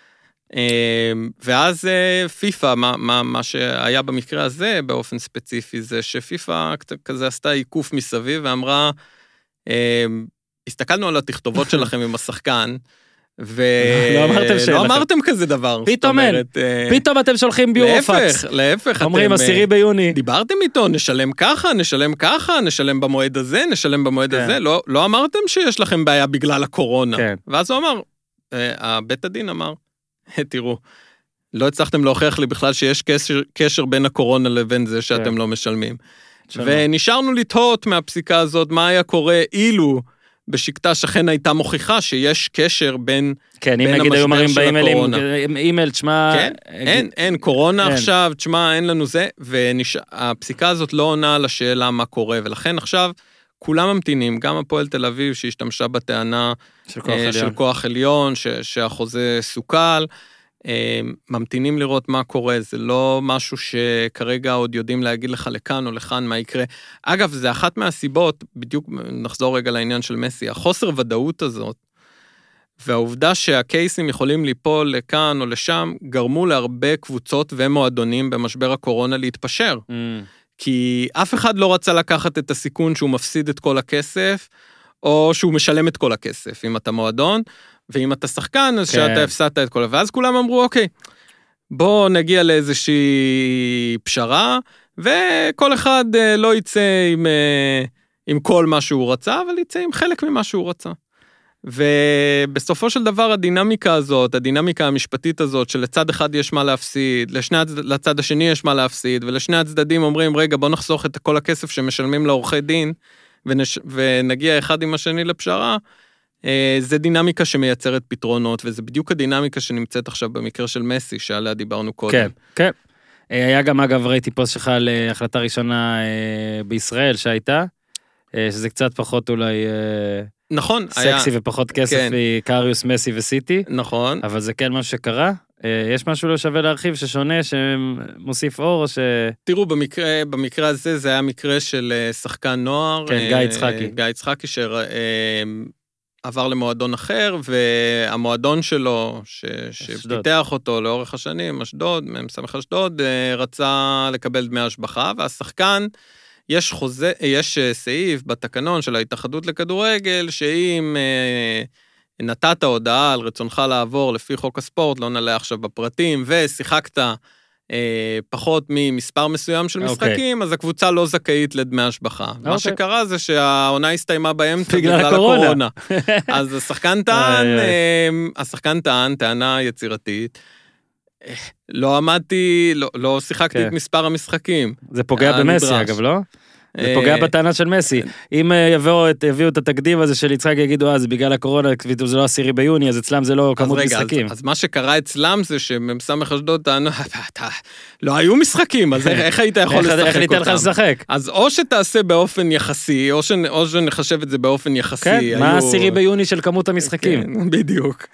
ואז פיפה, מה, מה, מה שהיה במקרה הזה באופן ספציפי, זה שפיפה כזה עשתה עיקוף מסביב ואמרה, הסתכלנו על התכתובות שלכם עם השחקן, ולא אמרתם לא אמרתם כזה דבר. פתאום אין, פתאום אתם שולחים ביורופקס. להפך, להפך. אומרים עשירי ביוני. דיברתם איתו, נשלם ככה, נשלם ככה, נשלם במועד הזה, נשלם במועד הזה. לא, לא אמרתם שיש לכם בעיה בגלל הקורונה. ואז הוא אמר, בית הדין אמר, תראו, לא הצלחתם להוכיח לי בכלל שיש קשר, קשר בין הקורונה לבין זה שאתם לא משלמים. ונשארנו לתהות מהפסיקה הזאת, מה היה קורה אילו בשקטה שכן הייתה מוכיחה שיש קשר בין, כן, בין אם נגיד היו מראים הקורונה. באימייל, תשמע... כן, אין, אין, קורונה עכשיו, תשמע, אין לנו זה, והפסיקה הזאת לא עונה על השאלה מה קורה, ולכן עכשיו כולם ממתינים, גם הפועל תל אביב שהשתמשה בטענה של כוח עליון, של כוח עליון ש, שהחוזה סוכל, ממתינים לראות מה קורה, זה לא משהו שכרגע עוד יודעים להגיד לך לכאן או לכאן מה יקרה. אגב, זה אחת מהסיבות, בדיוק נחזור רגע לעניין של מסי, החוסר ודאות הזאת, והעובדה שהקייסים יכולים ליפול לכאן או לשם, גרמו להרבה קבוצות ומועדונים במשבר הקורונה להתפשר. Mm. כי אף אחד לא רצה לקחת את הסיכון שהוא מפסיד את כל הכסף, או שהוא משלם את כל הכסף, אם אתה מועדון, ואם אתה שחקן, אז כן. שאתה הפסדת את כל... ואז כולם אמרו, אוקיי, בוא נגיע לאיזושהי פשרה, וכל אחד לא יצא עם, עם כל מה שהוא רצה, אבל יצא עם חלק ממה שהוא רצה. ובסופו של דבר הדינמיקה הזאת, הדינמיקה המשפטית הזאת, שלצד אחד יש מה להפסיד, לשני, לצד השני יש מה להפסיד, ולשני הצדדים אומרים, רגע, בוא נחסוך את כל הכסף שמשלמים לעורכי דין, ונש... ונגיע אחד עם השני לפשרה, זה דינמיקה שמייצרת פתרונות, וזה בדיוק הדינמיקה שנמצאת עכשיו במקרה של מסי, שעליה דיברנו קודם. כן, כן. היה גם, אגב, ראיתי פוסט שלך להחלטה ראשונה בישראל שהייתה, שזה קצת פחות אולי... נכון. סקסי היה... ופחות כסף כן. מקריוס, מסי וסיטי. נכון. אבל זה כן משהו שקרה. יש משהו לא שווה להרחיב ששונה, שמוסיף אור, או ש... תראו, במקרה, במקרה הזה, זה היה מקרה של שחקן נוער. כן, גיא יצחקי. גיא יצחקי, שעבר למועדון אחר, והמועדון שלו, ש... שפיתח אותו לאורך השנים, אשדוד, מסמך אשדוד, רצה לקבל דמי השבחה, והשחקן, יש חוזה, יש סעיף בתקנון של ההתאחדות לכדורגל, שאם נתת הודעה על רצונך לעבור לפי חוק הספורט, לא נעלה עכשיו בפרטים, ושיחקת פחות ממספר מסוים של משחקים, אז הקבוצה לא זכאית לדמי השבחה. מה שקרה זה שהעונה הסתיימה באמצע בגלל הקורונה. אז השחקן טען, השחקן טען, טענה יצירתית, לא עמדתי, לא, לא שיחקתי את מספר המשחקים. זה פוגע במסי, אגב, לא? זה פוגע בטענה של מסי. אם יביאו את התקדים הזה של יצחק, יגידו, אה, זה בגלל הקורונה, זה לא עשירי ביוני, אז אצלם זה לא כמות משחקים. אז מה שקרה אצלם זה שמסמך אשדוד טענו, לא היו משחקים, אז איך היית יכול לשחק אותם? איך ניתן לך לשחק? אז או שתעשה באופן יחסי, או שנחשב את זה באופן יחסי. כן, מה עשירי ביוני של כמות המשחקים? בדיוק.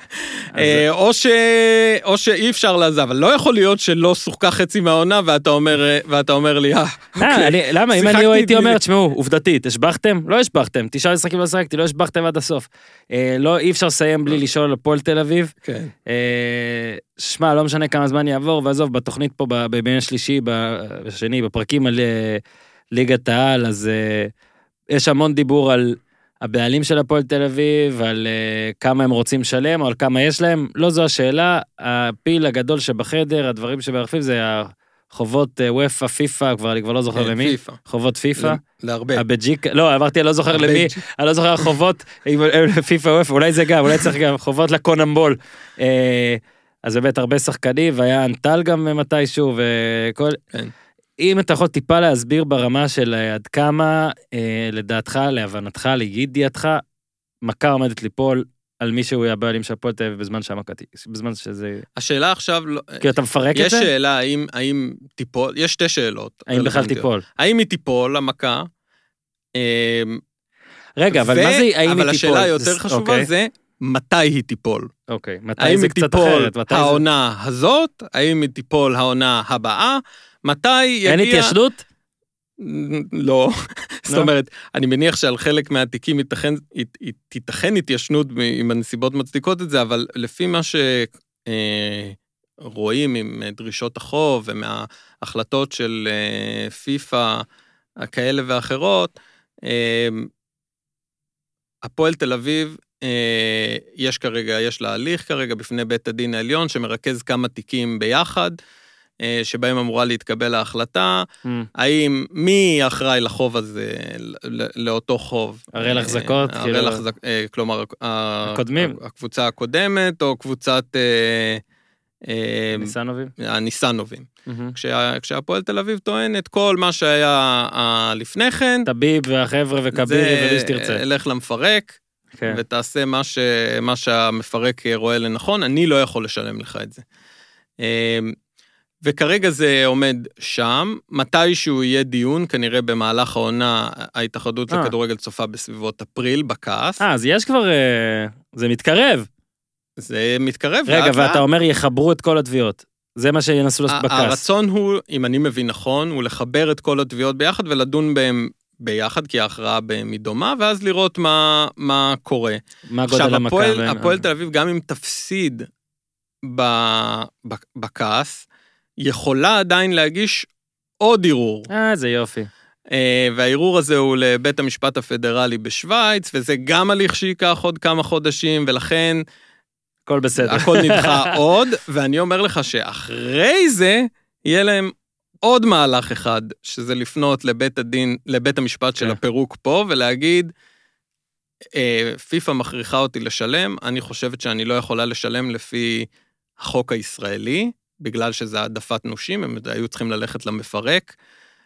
או שאי אפשר לעזב, אבל לא יכול להיות שלא שוחקה חצי מהעונה, ואתה אומר לי, אה, אוקיי. למה? אם אני הייתי אומר, תשמעו, עובדתית, השבחתם? לא השבחתם. תשעה משחקים לא שחקתי, לא השבחתם עד הסוף. לא, אי אפשר לסיים בלי לשאול על הפועל תל אביב. כן. שמע, לא משנה כמה זמן יעבור, ועזוב, בתוכנית פה, בימי השלישי, בשני, בפרקים על ליגת העל, אז יש המון דיבור על הבעלים של הפועל תל אביב, על כמה הם רוצים שלם, או על כמה יש להם. לא זו השאלה, הפיל הגדול שבחדר, הדברים שבערפיו זה חובות וופא, פיפה, כבר אני כבר לא זוכר למי. חובות פיפה. להרבה. הבג'יק, לא, אמרתי, אני לא זוכר למי, אני לא זוכר חובות, פיפה וופא, אולי זה גם, אולי צריך גם חובות לקונמבול. אז באמת הרבה שחקנים, והיה אנטל גם מתישהו, וכל... אם אתה יכול טיפה להסביר ברמה של עד כמה, לדעתך, להבנתך, לידיעתך, מכה עומדת ליפול, על מי שהוא יהיה הבעלים של הפועל תל אביב בזמן שהמכתי, בזמן שזה... השאלה עכשיו... כי אתה מפרק את זה? יש שאלה, האם, האם טיפול, יש שתי שאלות. האם בכלל טיפול? האם היא טיפול, המכה? רגע, אבל ו- מה זה, האם אבל היא תיפול? השאלה היותר זה- חשובה אוקיי. זה, מתי היא תיפול? אוקיי, מתי האם זה היא קצת תיפול אחרת? מתי זה- העונה הזאת? האם היא תיפול העונה הבאה? מתי יגיע... אין התיישנות? לא. זאת אומרת, אני מניח שעל חלק מהתיקים ייתכן, תיתכן התיישנות אם הנסיבות מצדיקות את זה, אבל לפי מה שרואים עם דרישות החוב ומההחלטות של פיפה כאלה ואחרות, הפועל תל אביב, יש כרגע, יש לה הליך כרגע בפני בית הדין העליון, שמרכז כמה תיקים ביחד, שבהם אמורה להתקבל ההחלטה, האם מי אחראי לחוב הזה, לאותו חוב? הראל החזקות? הראל החזקות, כלומר, הקודמים? הקבוצה הקודמת, או קבוצת... ניסנובים? הניסנובים. כשהפועל תל אביב טוען את כל מה שהיה לפני כן, טביב והחבר'ה וכבירי ומי שתרצה. לך למפרק, ותעשה מה שהמפרק רואה לנכון, אני לא יכול לשלם לך את זה. וכרגע זה עומד שם, מתישהו יהיה דיון, כנראה במהלך העונה, ההתאחדות לכדורגל צופה בסביבות אפריל, בכעס. אה, אז יש כבר, זה מתקרב. זה מתקרב. רגע, ואתה אומר, יחברו את כל התביעות. זה מה שינסו לעשות בכעס. הרצון הוא, אם אני מבין נכון, הוא לחבר את כל התביעות ביחד, ולדון בהם ביחד, כי ההכרעה בהם היא דומה, ואז לראות מה, מה קורה. מה גודל המכה. עכשיו, הפועל תל אביב, גם אם תפסיד בכעס, יכולה עדיין להגיש עוד ערעור. אה, זה יופי. והערעור הזה הוא לבית המשפט הפדרלי בשוויץ, וזה גם הליך שיקח עוד כמה חודשים, ולכן... הכל בסדר. הכל נדחה עוד, ואני אומר לך שאחרי זה, יהיה להם עוד מהלך אחד, שזה לפנות לבית הדין, לבית המשפט של הפירוק פה, ולהגיד, פיפה מכריחה אותי לשלם, אני חושבת שאני לא יכולה לשלם לפי החוק הישראלי, בגלל שזה העדפת נושים, הם היו צריכים ללכת למפרק,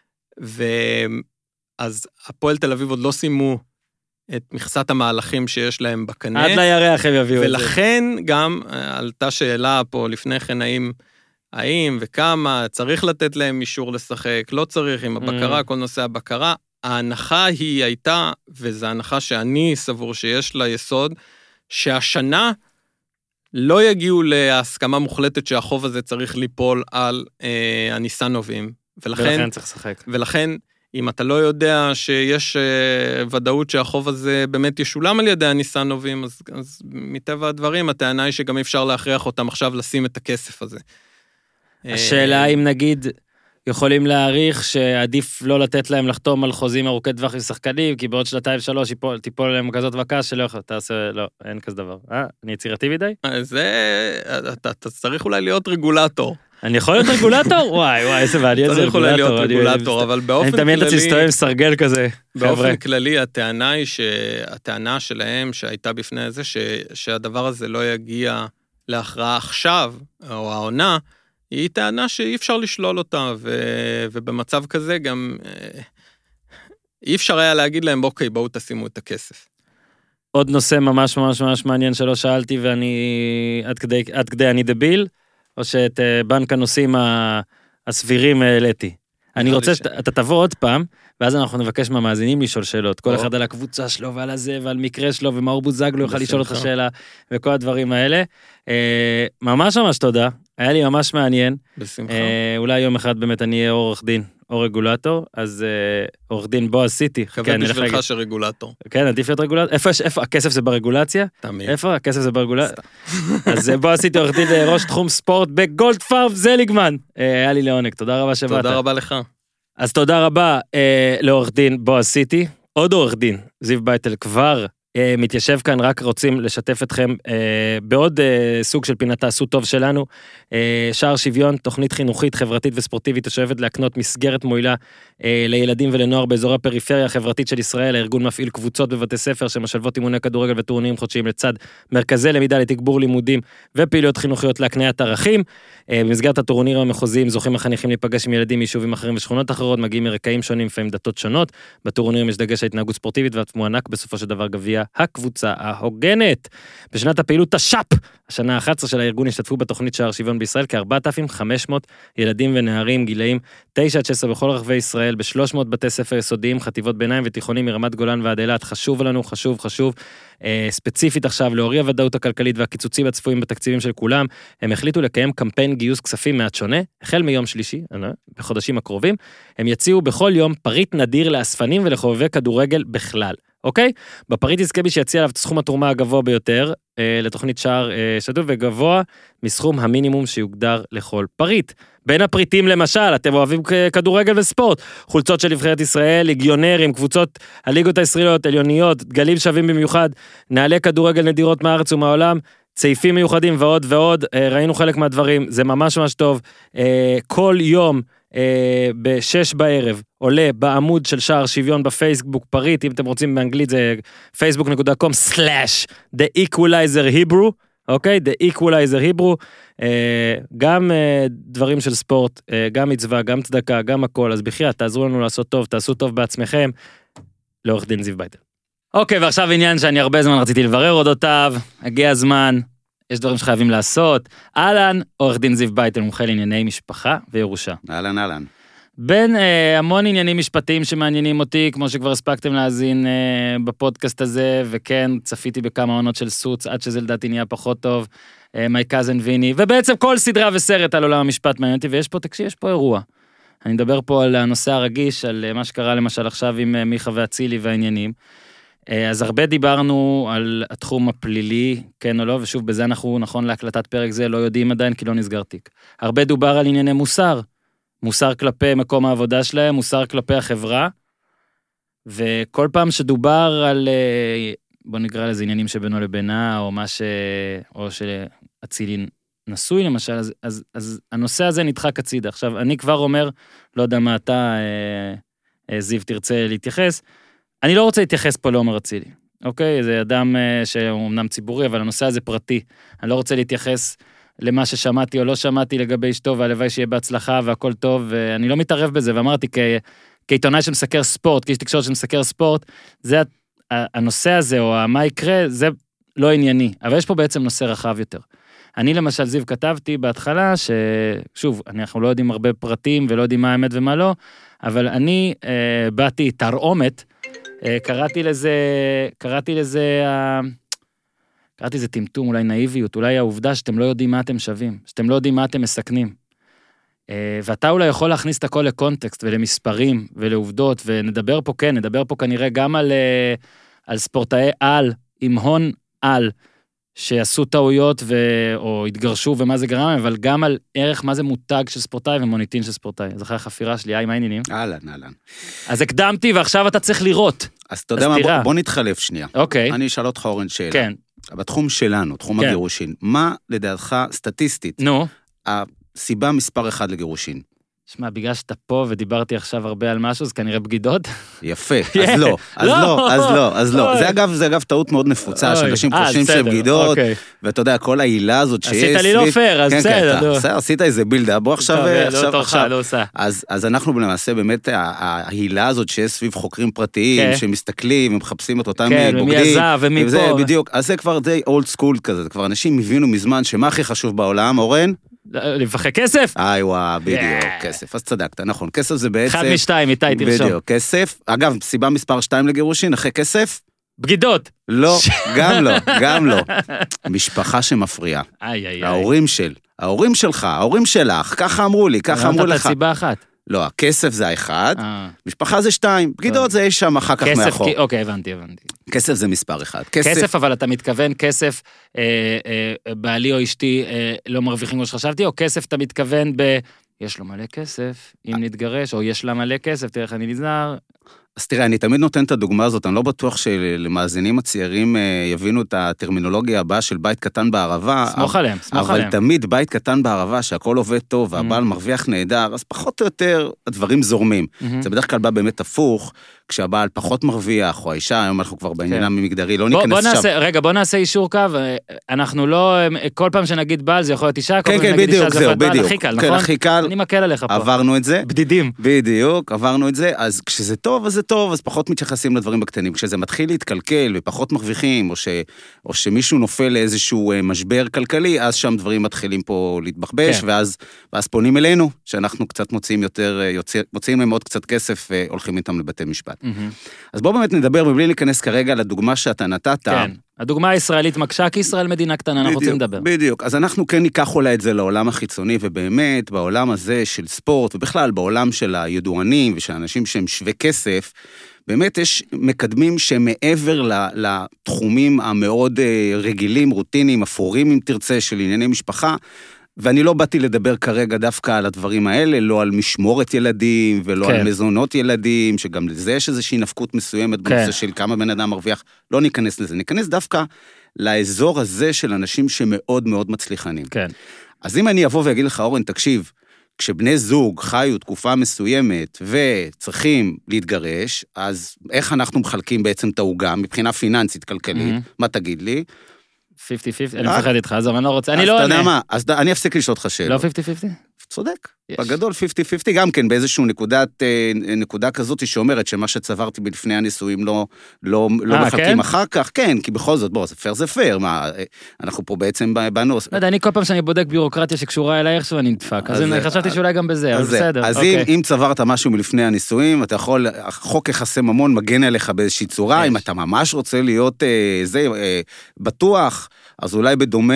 ואז הפועל תל אביב עוד לא שימו את מכסת המהלכים שיש להם בקנה. עד לירח הם יביאו את זה. ולכן גם עלתה שאלה פה לפני כן, האם, האם וכמה צריך לתת להם אישור לשחק, לא צריך עם הבקרה, כל נושא הבקרה. ההנחה היא הייתה, וזו ההנחה שאני סבור שיש לה יסוד, שהשנה לא יגיעו להסכמה מוחלטת שהחוב הזה צריך ליפול על אה, הניסנובים. ולכן, ולכן צריך לשחק. ולכן, אם אתה לא יודע שיש אה, ודאות שהחוב הזה באמת ישולם על ידי הניסנובים, אז, אז מטבע הדברים, הטענה היא שגם אפשר להכריח אותם עכשיו לשים את הכסף הזה. השאלה אם נגיד יכולים להעריך שעדיף לא לתת להם לחתום על חוזים ארוכי טווח עם שחקנים, כי בעוד שנתיים שלוש תיפול להם כזאת וכעס שלא יכול, תעשה, לא, אין כזה דבר. אה, אני יצירתי מדי? זה, אתה, אתה צריך אולי להיות רגולטור. אני יכול להיות רגולטור? וואי, וואי, איזה מעניין זה רגולטור. צריך אולי להיות רגולטור, אבל באופן כללי... אני מדמיין את עצמי סטועה עם סרגל כזה. באופן כללי, הטענה היא שהטענה שלהם שהייתה בפני זה, שהדבר הזה לא יגיע להכרעה עכשיו, או העונה, היא טענה שאי אפשר לשלול אותה, ובמצב כזה גם אי אפשר היה להגיד להם, אוקיי, בואו תשימו את הכסף. עוד נושא ממש ממש ממש מעניין שלא שאלתי, ואני עד כדי, עד כדי אני דביל, או שאת בנק הנושאים הסבירים העליתי. אני רוצה שאתה תבוא עוד פעם, ואז אנחנו נבקש מהמאזינים לשאול שאלות, כל אחד על הקבוצה שלו ועל הזה ועל מקרה שלו, ומאור בוזגלו יוכל לשאול אותך שאלה, וכל הדברים האלה. ממש ממש תודה, היה לי ממש מעניין. בשמחה. אולי יום אחד באמת אני אהיה עורך דין, או רגולטור, אז עורך דין בו עשיתי. קווה בשבילך שרגולטור. כן, עדיף להיות רגולטור. איפה, איפה, הכסף זה ברגולציה? תמיד. איפה? הכסף זה ברגולציה? אז בו עשיתי עורך דין ראש תחום ספורט בגולד פארם זליגמן. היה לי לעונג, תודה רבה שבאת. תודה רבה לך. אז תודה רבה לעורך דין בו עשיתי. עוד עורך דין, זיו בייטל כבר מתיישב כאן, רק רוצים לשתף אתכם בעוד סוג של פינת תעשו טוב שלנו, שער שוויון, תוכנית חינוכית, חברתית וספורטיבית, שואבת להקנות מסגרת מועילה לילדים ולנוער באזור הפריפריה החברתית של ישראל. הארגון מפעיל קבוצות בבתי ספר שמשלבות אימוני כדורגל וטורנירים חודשיים לצד מרכזי למידה לתגבור לימודים ופעילויות חינוכיות להקניית ערכים. במסגרת הטורנירים המחוזיים זוכים החניכים להיפגש עם ילדים מיישובים אחרים ושכונות אחרות, מגיעים מרקעים שונים, לפעמים דתות שונות. בטורנירים יש דגש על התנהגות ספורטיבית והתמוענק בסופו של דבר גביע הקבוצה ההוגנת. בשנת הפעילות תש"פ, השנה ה-אחת עשרה של הארגון, השתתפו בתוכנית שער שוויון בישראל כ-ארבעת אלפים וחמש מאות ילדים ונערים גילאים תשע עד שש עשרה בכל רחבי ישראל, ב-שלוש מאות בתי ספר יסודיים, חטיבות ביניים ותיכונים מרמת גולן ועד אילת. חשוב לנו, חשוב, חשוב, אה, ספציפית עכשיו, להוריד הוודאות הכלכלית והקיצוצים הצפויים בתקציבים של כולם. הם החליטו לקיים קמפיין גיוס כספים מעט שונה, החל מיום שלישי, בחודשים הקרובים. הם יציעו בכל יום פריט נדיר לאספנים ולחובבי כדורגל בכלל. אוקיי? בפריט יזכה בי שיציע עליו את סכום התרומה הגבוה ביותר, אה, לתוכנית שער אה, שתוף וגבוה מסכום המינימום שיוגדר לכל פריט. בין הפריטים למשל, אתם אוהבים כדורגל וספורט, חולצות של נבחרת ישראל, ליגיונרים, קבוצות הליגות הישראליות, עליוניות, דגלים שווים במיוחד, נעלי כדורגל נדירות מהארץ ומהעולם, צעיפים מיוחדים ועוד ועוד, אה, ראינו חלק מהדברים, זה ממש ממש טוב, אה, כל יום, Uh, בשש בערב, עולה בעמוד של שער שוויון בפייסבוק פריט, אם אתם רוצים באנגלית זה פייסבוק נקודה קום סלאש דה איקוולייזר היברו, אוקיי? דה איקוולייזר היברו, גם uh, דברים של ספורט, uh, גם מצווה, גם צדקה, גם הכל, אז בכלל, תעזרו לנו לעשות טוב, תעשו טוב בעצמכם, לעורך דין זיו בייטל. אוקיי, ועכשיו עניין שאני הרבה זמן רציתי לברר אודותיו, הגיע הזמן, יש דברים שחייבים לעשות. אהלן, עורך דין זיו בייטל, מומחה לענייני משפחה וירושה. אהלן, אהלן. בין אה, המון עניינים משפטיים שמעניינים אותי, כמו שכבר הספקתם להזין אה, בפודקאסט הזה, וכן, צפיתי בכמה עונות של סוץ, עד שזה לדעתי נהיה פחות טוב, אה, מי קאזן ויני, ובעצם כל סדרה וסרט על עולם המשפט מעניין אותי, ויש פה, תקשיב, יש פה אירוע. אני מדבר פה על הנושא הרגיש, על מה שקרה למשל עכשיו עם מיכה ואצילי והעניינים. אז הרבה דיברנו על התחום הפלילי, כן או לא, ושוב, בזה אנחנו, נכון להקלטת פרק זה, לא יודעים עדיין, כי לא נסגר תיק. הרבה דובר על ענייני מוסר, מוסר כלפי מקום העבודה שלהם, מוסר כלפי החברה, וכל פעם שדובר על, בוא נקרא לזה עניינים שבינו לבינה, או מה ש... או שאצילי נשוי למשל, אז, אז, אז הנושא הזה נדחק הצידה. עכשיו, אני כבר אומר, לא יודע מה אתה, זיו, תרצה להתייחס, אני לא רוצה להתייחס פה לעומר אצילי, אוקיי? זה אדם שהוא אמנם ציבורי, אבל הנושא הזה פרטי. אני לא רוצה להתייחס למה ששמעתי או לא שמעתי לגבי אשתו, והלוואי שיהיה בהצלחה והכל טוב, ואני לא מתערב בזה, ואמרתי, כעיתונאי שמסקר ספורט, כאיש תקשורת שמסקר ספורט, זה הנושא הזה, או מה יקרה, זה לא ענייני, אבל יש פה בעצם נושא רחב יותר. אני למשל, זיו, כתבתי בהתחלה, ששוב, אנחנו לא יודעים הרבה פרטים, ולא יודעים מה האמת ומה לא, אבל אני אה, באתי תרעומת, אה, קראתי לזה, קראתי לזה, אה, קראתי לזה טמטום, אולי נאיביות, אולי העובדה שאתם לא יודעים מה אתם שווים, שאתם לא יודעים מה אתם מסכנים. אה, ואתה אולי יכול להכניס את הכל לקונטקסט, ולמספרים, ולעובדות, ונדבר פה, כן, נדבר פה כנראה גם על, אה, על ספורטאי על, עם הון על, שעשו טעויות ו... או התגרשו ומה זה גרם, אבל גם על ערך מה זה מותג של ספורטאי ומוניטין של ספורטאי. אז אחרי החפירה שלי, היי, מה העניינים? אהלן, אהלן. אז הקדמתי ועכשיו אתה צריך לראות. אז אתה יודע מה, בוא, בוא נתחלף שנייה. אוקיי. אני אשאל אותך אורן שאלה. כן. בתחום שלנו, תחום כן. הגירושין, מה לדעתך סטטיסטית? נו. הסיבה מספר אחד לגירושין? שמע, בגלל שאתה פה ודיברתי עכשיו הרבה על משהו, זה כנראה בגידות. יפה, אז לא, אז לא, אז לא, אז לא. זה אגב, זה אגב טעות מאוד נפוצה, שאנשים חושבים שהם בגידות, ואתה יודע, כל העילה הזאת שיש... עשית לי לא פייר, אז בסדר. עשית איזה בילדה, בוא עכשיו... לא תורך, לא עושה. אז אנחנו למעשה באמת, העילה הזאת שיש סביב חוקרים פרטיים, שמסתכלים ומחפשים את אותם בוגדים. כן, ומי עזב ומי פה. בדיוק, אז זה כבר די אולד סקול כזה, זה כבר אנשים הבינו מזמן שמה הכי חשוב בעולם, אורן? לפחד כסף? איי וואו, בדיוק, כסף, אז צדקת, נכון, כסף זה בעצם... אחד משתיים, איתי, תרשום. בדיוק, כסף, אגב, סיבה מספר שתיים לגירושין, אחרי כסף? בגידות. לא, גם לא, גם לא. משפחה שמפריעה. איי, איי, איי. ההורים של, ההורים שלך, ההורים שלך, ככה אמרו לי, ככה אמרו לך. אמרת את סיבה אחת. לא, הכסף זה האחד, משפחה זה שתיים, בגידות זה יש שם אחר כך מאחור. אוקיי, הבנתי, הבנתי. כסף זה מספר אחד. כסף, אבל אתה מתכוון כסף, בעלי או אשתי לא מרוויחים כמו שחשבתי, או כסף אתה מתכוון ב... יש לו מלא כסף, אם נתגרש, או יש לה מלא כסף, תראה איך אני נזהר. אז תראה, אני תמיד נותן את הדוגמה הזאת, אני לא בטוח שלמאזינים הצעירים יבינו את הטרמינולוגיה הבאה של בית קטן בערבה. סמוך עליהם, סמוך עליהם. אבל תמיד בית קטן בערבה, שהכל עובד טוב, והבעל מרוויח נהדר, אז פחות או יותר הדברים זורמים. זה בדרך כלל בא באמת הפוך, כשהבעל פחות מרוויח, או האישה, היום אנחנו כבר בעניין המגדרי, לא ניכנס עכשיו. רגע, בוא נעשה אישור קו, אנחנו לא, כל פעם שנגיד בעל זה יכול להיות אישה, כל פעם שנגיד אישה זה יכול להיות בעל, הכי קל, נכון? הכי קל. אני מקל עליך פה. עברנו את זה. בדידים. בדיוק, עברנו את זה, אז כשזה טוב, אז זה טוב, אז פחות מתייחסים לדברים בקטנים. כשזה מתחיל להתקלקל ופחות מרוויחים, או ש, או שמישהו נופל לאיזשהו משבר כלכלי, אז שם דברים מתחילים פה להתבחבש, כן. ואז, ואז פונים אלינו, שאנחנו קצת מוציאים יותר, יוצא, מוציאים להם עוד קצת כסף, והולכים איתם לבתי משפט. Mm-hmm. אז בואו באמת נדבר, מבלי להיכנס כרגע לדוגמה שאתה נתת. כן. הדוגמה הישראלית מקשה, כי ישראל מדינה קטנה, אנחנו רוצים לדבר. בדיוק, אז אנחנו כן ניקח אולי את זה לעולם החיצוני, ובאמת, בעולם הזה של ספורט, ובכלל בעולם של הידוענים, ושל אנשים שהם שווה כסף, באמת יש מקדמים שמעבר לתחומים המאוד רגילים, רוטינים, אפורים, אם תרצה, של ענייני משפחה, ואני לא באתי לדבר כרגע דווקא על הדברים האלה, לא על משמורת ילדים, ולא כן. על מזונות ילדים, שגם לזה יש איזושהי נפקות מסוימת, כן. בנושא של כמה בן אדם מרוויח, לא ניכנס לזה, ניכנס דווקא לאזור הזה של אנשים שמאוד מאוד מצליחנים. כן. אז אם אני אבוא ואגיד לך, אורן, תקשיב, כשבני זוג חיו תקופה מסוימת וצריכים להתגרש, אז איך אנחנו מחלקים בעצם את העוגה, מבחינה פיננסית, כלכלית, mm-hmm. מה תגיד לי? חמישים חמישים, אני מפחד איתך, אז אני לא רוצה, אני לא... אז אתה יודע מה, אז אני אפסיק לשאול אותך שאלות. לא חמישים חמישים? צודק. בגדול חמישים חמישים גם כן, באיזשהו נקודת, נקודה כזאת שאומרת שמה שצברתי בלפני הנישואים לא, לא, לא מחלקים אחר כך, כן, כי בכל זאת, בוא, זה פייר זה פייר, מה, אנחנו פה בעצם בנוס. לא יודע, אני כל פעם שאני בודק ביורוקרטיה שקשורה אליי איכשהו, אני נדפק, אז אני חשבתי שאולי גם בזה, אבל בסדר. אז אם צברת משהו מלפני הנישואים, אתה יכול, החוק יחסי ממון מגן עליך באיזושהי צורה, אם אתה ממש רוצה להיות זה, בטוח, אז אולי בדומה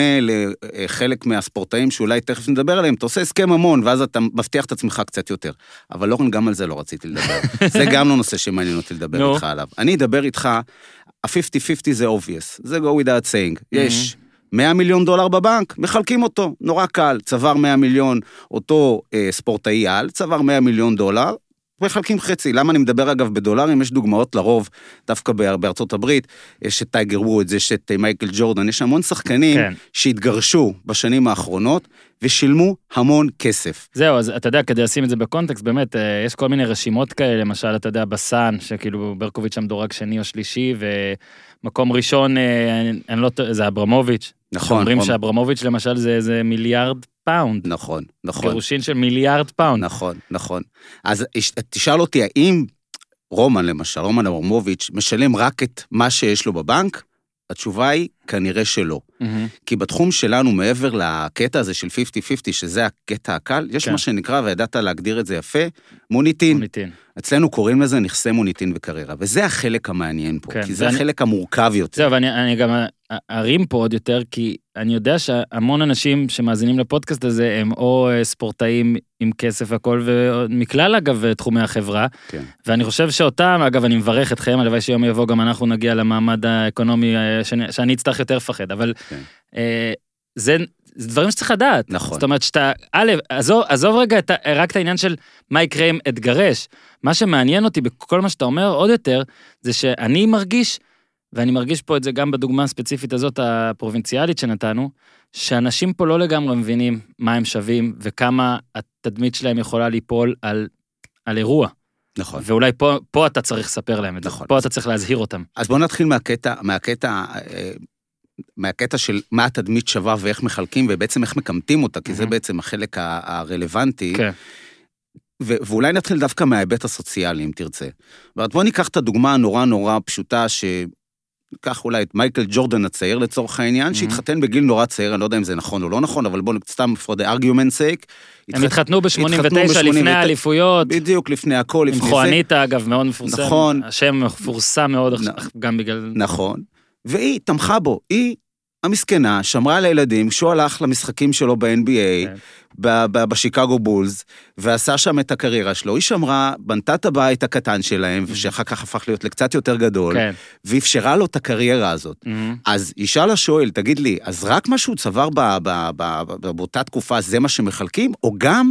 לחלק מהספורטאים שאולי תכף נדבר עליהם, אתה עושה הסכם ממון, ואז אתה מבטיח את עצמך קצת יותר. אבל לא, גם על זה לא רציתי לדבר. זה גם לא נושא שמעניין אותי לדבר איתך עליו. אני אדבר איתך, ה-חמישים חמישים זה obvious, זה go without saying. יש מאה מיליון דולר בבנק, מחלקים אותו, נורא קל, צבר מאה מיליון, אותו ספורטאי על, צבר מאה מיליון דולר, מחלקים חצי. למה אני מדבר אגב בדולרים? יש דוגמאות לרוב, דווקא בארצות הברית, יש את טייגר וודס, יש את מייקל ג'ורדן, יש המון שחקנים כן. שהתגרשו בשנים האחרונות, ושילמו המון כסף. זהו, אז אתה יודע, כדי לשים את זה בקונטקסט, באמת, יש כל מיני רשימות כאלה, למשל, אתה יודע, בסן, שכאילו ברקוביץ' שם דורג שני או שלישי, ומקום ראשון, אני לא, זה אברמוביץ'. נכון. אומרים נכון. שאברמוביץ' למשל זה, זה מיליארד פאונד. נכון, נכון. גירושין של מיליארד פאונד. נכון, נכון. אז תשאל אותי, האם רומן למשל, רומן אברמוביץ', משלם רק את מה שיש לו בבנק? התשובה היא, כנראה שלא. Mm-hmm. כי בתחום שלנו, מעבר לקטע הזה של חמישים חמישים, שזה הקטע הקל, יש כן. מה שנקרא, וידעת להגדיר את זה יפה, מוניטין. מוניטין. אצלנו קוראים לזה נכסי מוניטין וקריירה, וזה החלק המעניין פה, כן, כי זה ואני... החלק המורכב יותר. זהו, ואני אני גם ארים פה עוד יותר, כי אני יודע שהמון אנשים שמאזינים לפודקאסט הזה, הם או ספורטאים עם כסף והכל, ומכלל אגב תחומי החברה, כן. ואני חושב שאותם, אגב אני מברך אתכם, הלוואי שיום יבוא גם אנחנו נגיע למעמד האקונומי, שאני, שאני אצטרך יותר לפחד, אבל כן. אה, זה... זה דברים שצריך לדעת. נכון. זאת אומרת שאתה, א', עזוב, עזוב רגע את, רק את העניין של מה יקרה אם אתגרש. מה שמעניין אותי בכל מה שאתה אומר עוד יותר, זה שאני מרגיש, ואני מרגיש פה את זה גם בדוגמה הספציפית הזאת הפרובינציאלית שנתנו, שאנשים פה לא לגמרי מבינים מה הם שווים, וכמה התדמית שלהם יכולה ליפול על, על אירוע. נכון. ואולי פה, פה אתה צריך לספר להם את זה. נכון. פה אתה צריך להזהיר אותם. אז בואו נתחיל מהקטע, מהקטע, מהקטע של מה התדמית שווה ואיך מחלקים, ובעצם איך מקמטים אותה, כי זה בעצם החלק הרלוונטי. כן. ואולי נתחיל דווקא מההיבט הסוציאלי, אם תרצה. בואו ניקח את הדוגמה הנורא נורא פשוטה, שקח אולי את מייקל ג'ורדן הצעיר לצורך העניין, שהתחתן בגיל נורא צעיר, אני לא יודע אם זה נכון או לא נכון, אבל בואו סתם for the argument sake. הם התחתנו ב-שמונים ותשע לפני האליפויות. בדיוק, לפני הכל, לפני זה. עם חואניטה, אגב, מאוד מפורסם. נכון. השם מפורסם מאוד, גם בגלל... נכון. והיא תמכה בו, היא המסכנה, שמרה על הילדים, כשהוא הלך למשחקים שלו ב-אן בי איי, בשיקגו בולס, ועשה שם את הקריירה שלו, היא שמרה, בנתה את הבית הקטן שלהם, ושאחר כך הפך להיות לקצת יותר גדול, ואפשרה לו את הקריירה הזאת. אז אישה לה שואל, תגיד לי, אז רק מה שהוא צבר באותה תקופה, זה מה שמחלקים, או גם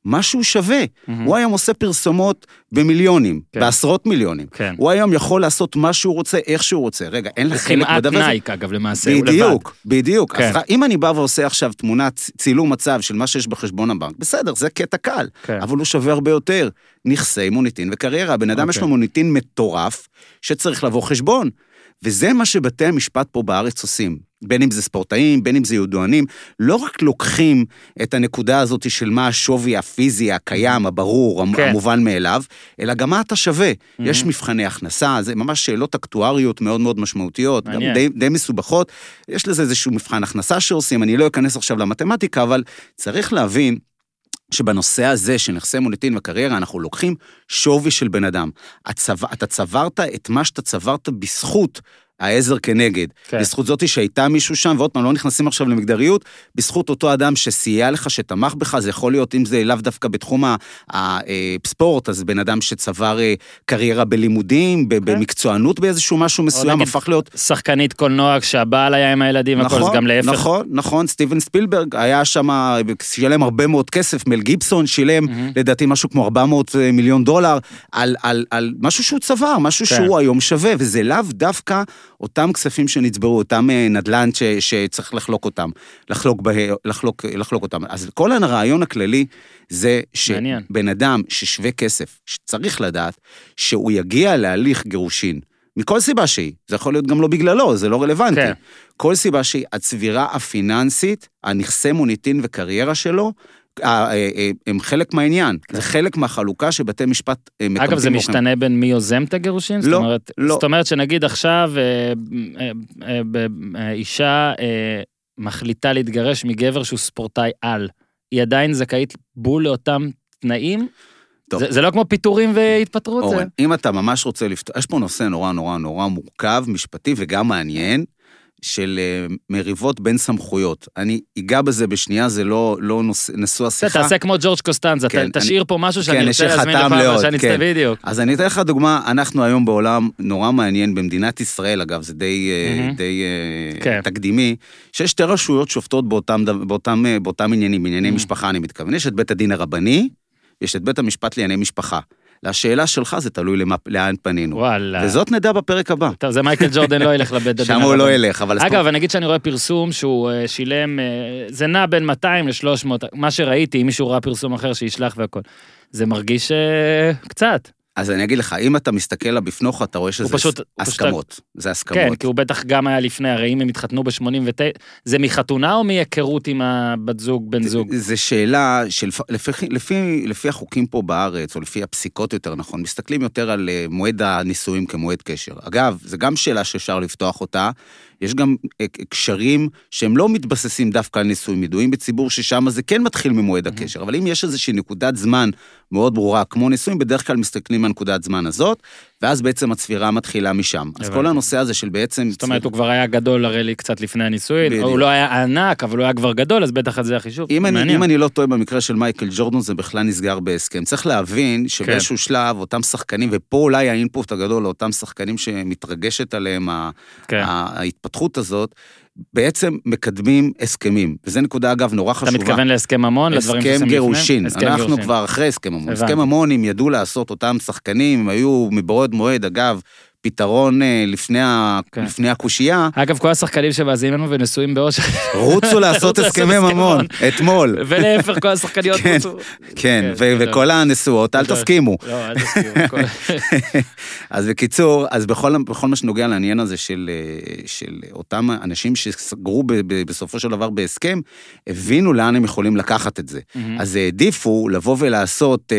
מה שהוא שווה. Mm-hmm. הוא היום עושה פרסומות במיליונים, כן. בעשרות מיליונים. כן. הוא היום יכול לעשות מה שהוא רוצה, איך שהוא רוצה. רגע, אין לך חלק בדבר הזה. כמעט נייק, אגב, למעשה, בדיוק, הוא לבד. בדיוק, בדיוק. כן. אז אם אני בא ועושה עכשיו תמונת צילום מצב של מה שיש בחשבון הבנק, בסדר, זה קטע קל, כן. אבל הוא שווה הרבה יותר. נכסי מוניטין וקריירה. הבן אדם okay. יש לו מוניטין מטורף, שצריך לבוא חשבון. וזה מה שבתי המשפט פה בארץ עושים. בין אם זה ספורטאים, בין אם זה ידוענים, לא רק לוקחים את הנקודה הזאת של מה השווי הפיזי, הקיים, הברור, כן. המובן מאליו, אלא גם מה אתה שווה. Mm-hmm. יש מבחני הכנסה, זה ממש שאלות אקטואריות מאוד מאוד משמעותיות, גם די, די מסובכות. יש לזה איזשהו מבחן הכנסה שעושים, אני לא אכנס עכשיו למתמטיקה, אבל צריך להבין, שבנושא הזה של נכסי מוניטין וקריירה, אנחנו לוקחים שווי של בן אדם. הצו... אתה צברת את מה שאתה צברת בזכות העזר כנגד. כן. בזכות זאת שהייתה מישהו שם, ועוד פעם לא נכנסים עכשיו למגדריות, בזכות אותו אדם שסייע לך, שתמך בך, זה יכול להיות אם זה לאו דווקא בתחום הספורט, אז בן אדם שצבר קריירה בלימודים, כן. במקצוענות באיזשהו משהו מסוים, הפך להיות... שחקנית קולנוע, כשהבעל היה עם הילדים, נכון, הכל, גם להפך. נכון, נכון, סטיבן ספילברג, היה שם, שילם הרבה מאוד כסף, מל גיבסון שילם, mm-hmm. לדעתי משהו כמו ארבע מאות מיליון דולר, על, על, על משהו שהוא צבר, משהו כן. שהוא היום שווה, וזה לאו דווקא אותם כספים שנצברו, אותם נדל"ן ש, שצריך לחלוק אותם, לחלוק, בה, לחלוק, לחלוק אותם. אז כל הרעיון הכללי זה שבן אדם ששווה כסף, שצריך לדעת שהוא יגיע להליך גירושין, מכל סיבה שהיא, זה יכול להיות גם לא בגללו, זה לא רלוונטי. כן. כל סיבה שהיא, הצבירה הפיננסית, הנכסי מוניטין וקריירה שלו, הם חלק מהעניין, זה חלק מהחלוקה שבתי משפט מקבלים. אגב, זה משתנה בין מי יוזם את הגירושין? לא, לא. זאת אומרת שנגיד עכשיו, אישה מחליטה להתגרש מגבר שהוא ספורטאי על, היא עדיין זכאית בול לאותם תנאים? זה, זה לא כמו פיטורים והתפטרות? אורן, זה? אם אתה ממש רוצה לפתור, יש פה נושא נורא נורא נורא מורכב, משפטי וגם מעניין, של מריבות בין סמכויות. אני אגע בזה בשנייה, זה לא, לא נשוא השיחה. תעשה כמו ג'ורג' קוסטנזה, כן, תשאיר אני, פה משהו שאני כן, רוצה להזמין לפעם, שאני כן. אצטה בדיוק. אז אני אתן לך דוגמה, אנחנו היום בעולם נורא מעניין, במדינת ישראל, אגב, זה די, mm-hmm. די כן. תקדימי, שיש שתי רשויות שופטות באותם, באותם, באותם עניינים, בענייני mm-hmm. משפחה, אני מתכוון. יש את בית הדין הרבני, יש את בית המשפט לענייני משפחה. לשאלה שלך זה תלוי למה, לאן פנינו. וואלה. וזאת נדע בפרק הבא. טוב, זה מייקל ג'ורדן לא ילך לבית הדין. שם הוא לא ילך, אבל... אגב, אני אגיד שאני רואה פרסום שהוא שילם, זה נע בין מאתיים ל-שלוש מאות, מה שראיתי, אם מישהו ראה פרסום אחר שישלח והכל. זה מרגיש קצת. אז אני אגיד לך, אם אתה מסתכל לה בפנוך, אתה רואה שזה פשוט, הסכמות. פשוט... זה הסכמות. כן, כי הוא בטח גם היה לפני, הרי אם הם התחתנו ב-שמונים ותשע, זה מחתונה או מהיכרות עם הבת זוג, בן זוג? זה שאלה של, לפי, לפי, לפי החוקים פה בארץ, או לפי הפסיקות יותר נכון, מסתכלים יותר על מועד הנישואים כמועד קשר. אגב, זה גם שאלה שאפשר לפתוח אותה, יש גם קשרים שהם לא מתבססים דווקא על נישואים ידועים בציבור, ששם זה כן מתחיל ממועד הקשר, אבל אם יש איזושהי נקודת זמן מאוד ברורה, כמו נישואים, בדרך כלל מסתכלים על נקודת זמן הזאת, ואז בעצם הצבירה מתחילה משם. אז כל הנושא הזה של בעצם... זאת אומרת, הוא כבר היה גדול הרי לי קצת לפני הנישואים, הוא לא היה ענק, אבל הוא היה כבר גדול, אז בטח את זה החישוב. אם אני לא טועה במקרה של מייקל ג'ורדן, זה בכלל נסגר בהסכם. צריך להבין שבאיזשהו שלב, אותם שחקנים, ופה אולי האינפוט הגדול, אותם שחקנים שמתרגשת עליהם ההתפתחות הזאת, בעצם מקדמים הסכמים, וזו נקודה אגב נורא חשובה. אתה מתכוון להסכם ממון? הסכם גירושין, אנחנו כבר אחרי הסכם ממון. הסכם ממון, אם ידעו לעשות אותם שחקנים, הם היו מבעוד מועד, אגב, פתרון לפני, כן. לפני הקושייה. אגב, כל השחקנים שמאזינים לנו ונשואים באושר. רוצו לעשות הסכמי ממון, אתמול. ולהפך, כל השחקניות כן, רוצו. כן, ו- וכל הנשואות, אל תסכימו. לא, אל תסכימו. אז בקיצור, אז בכל, בכל מה שנוגע לעניין הזה של, של אותם אנשים שסגרו ב- ב- בסופו של דבר בהסכם, הבינו לאן הם יכולים לקחת את זה. אז העדיפו לבוא ולעשות,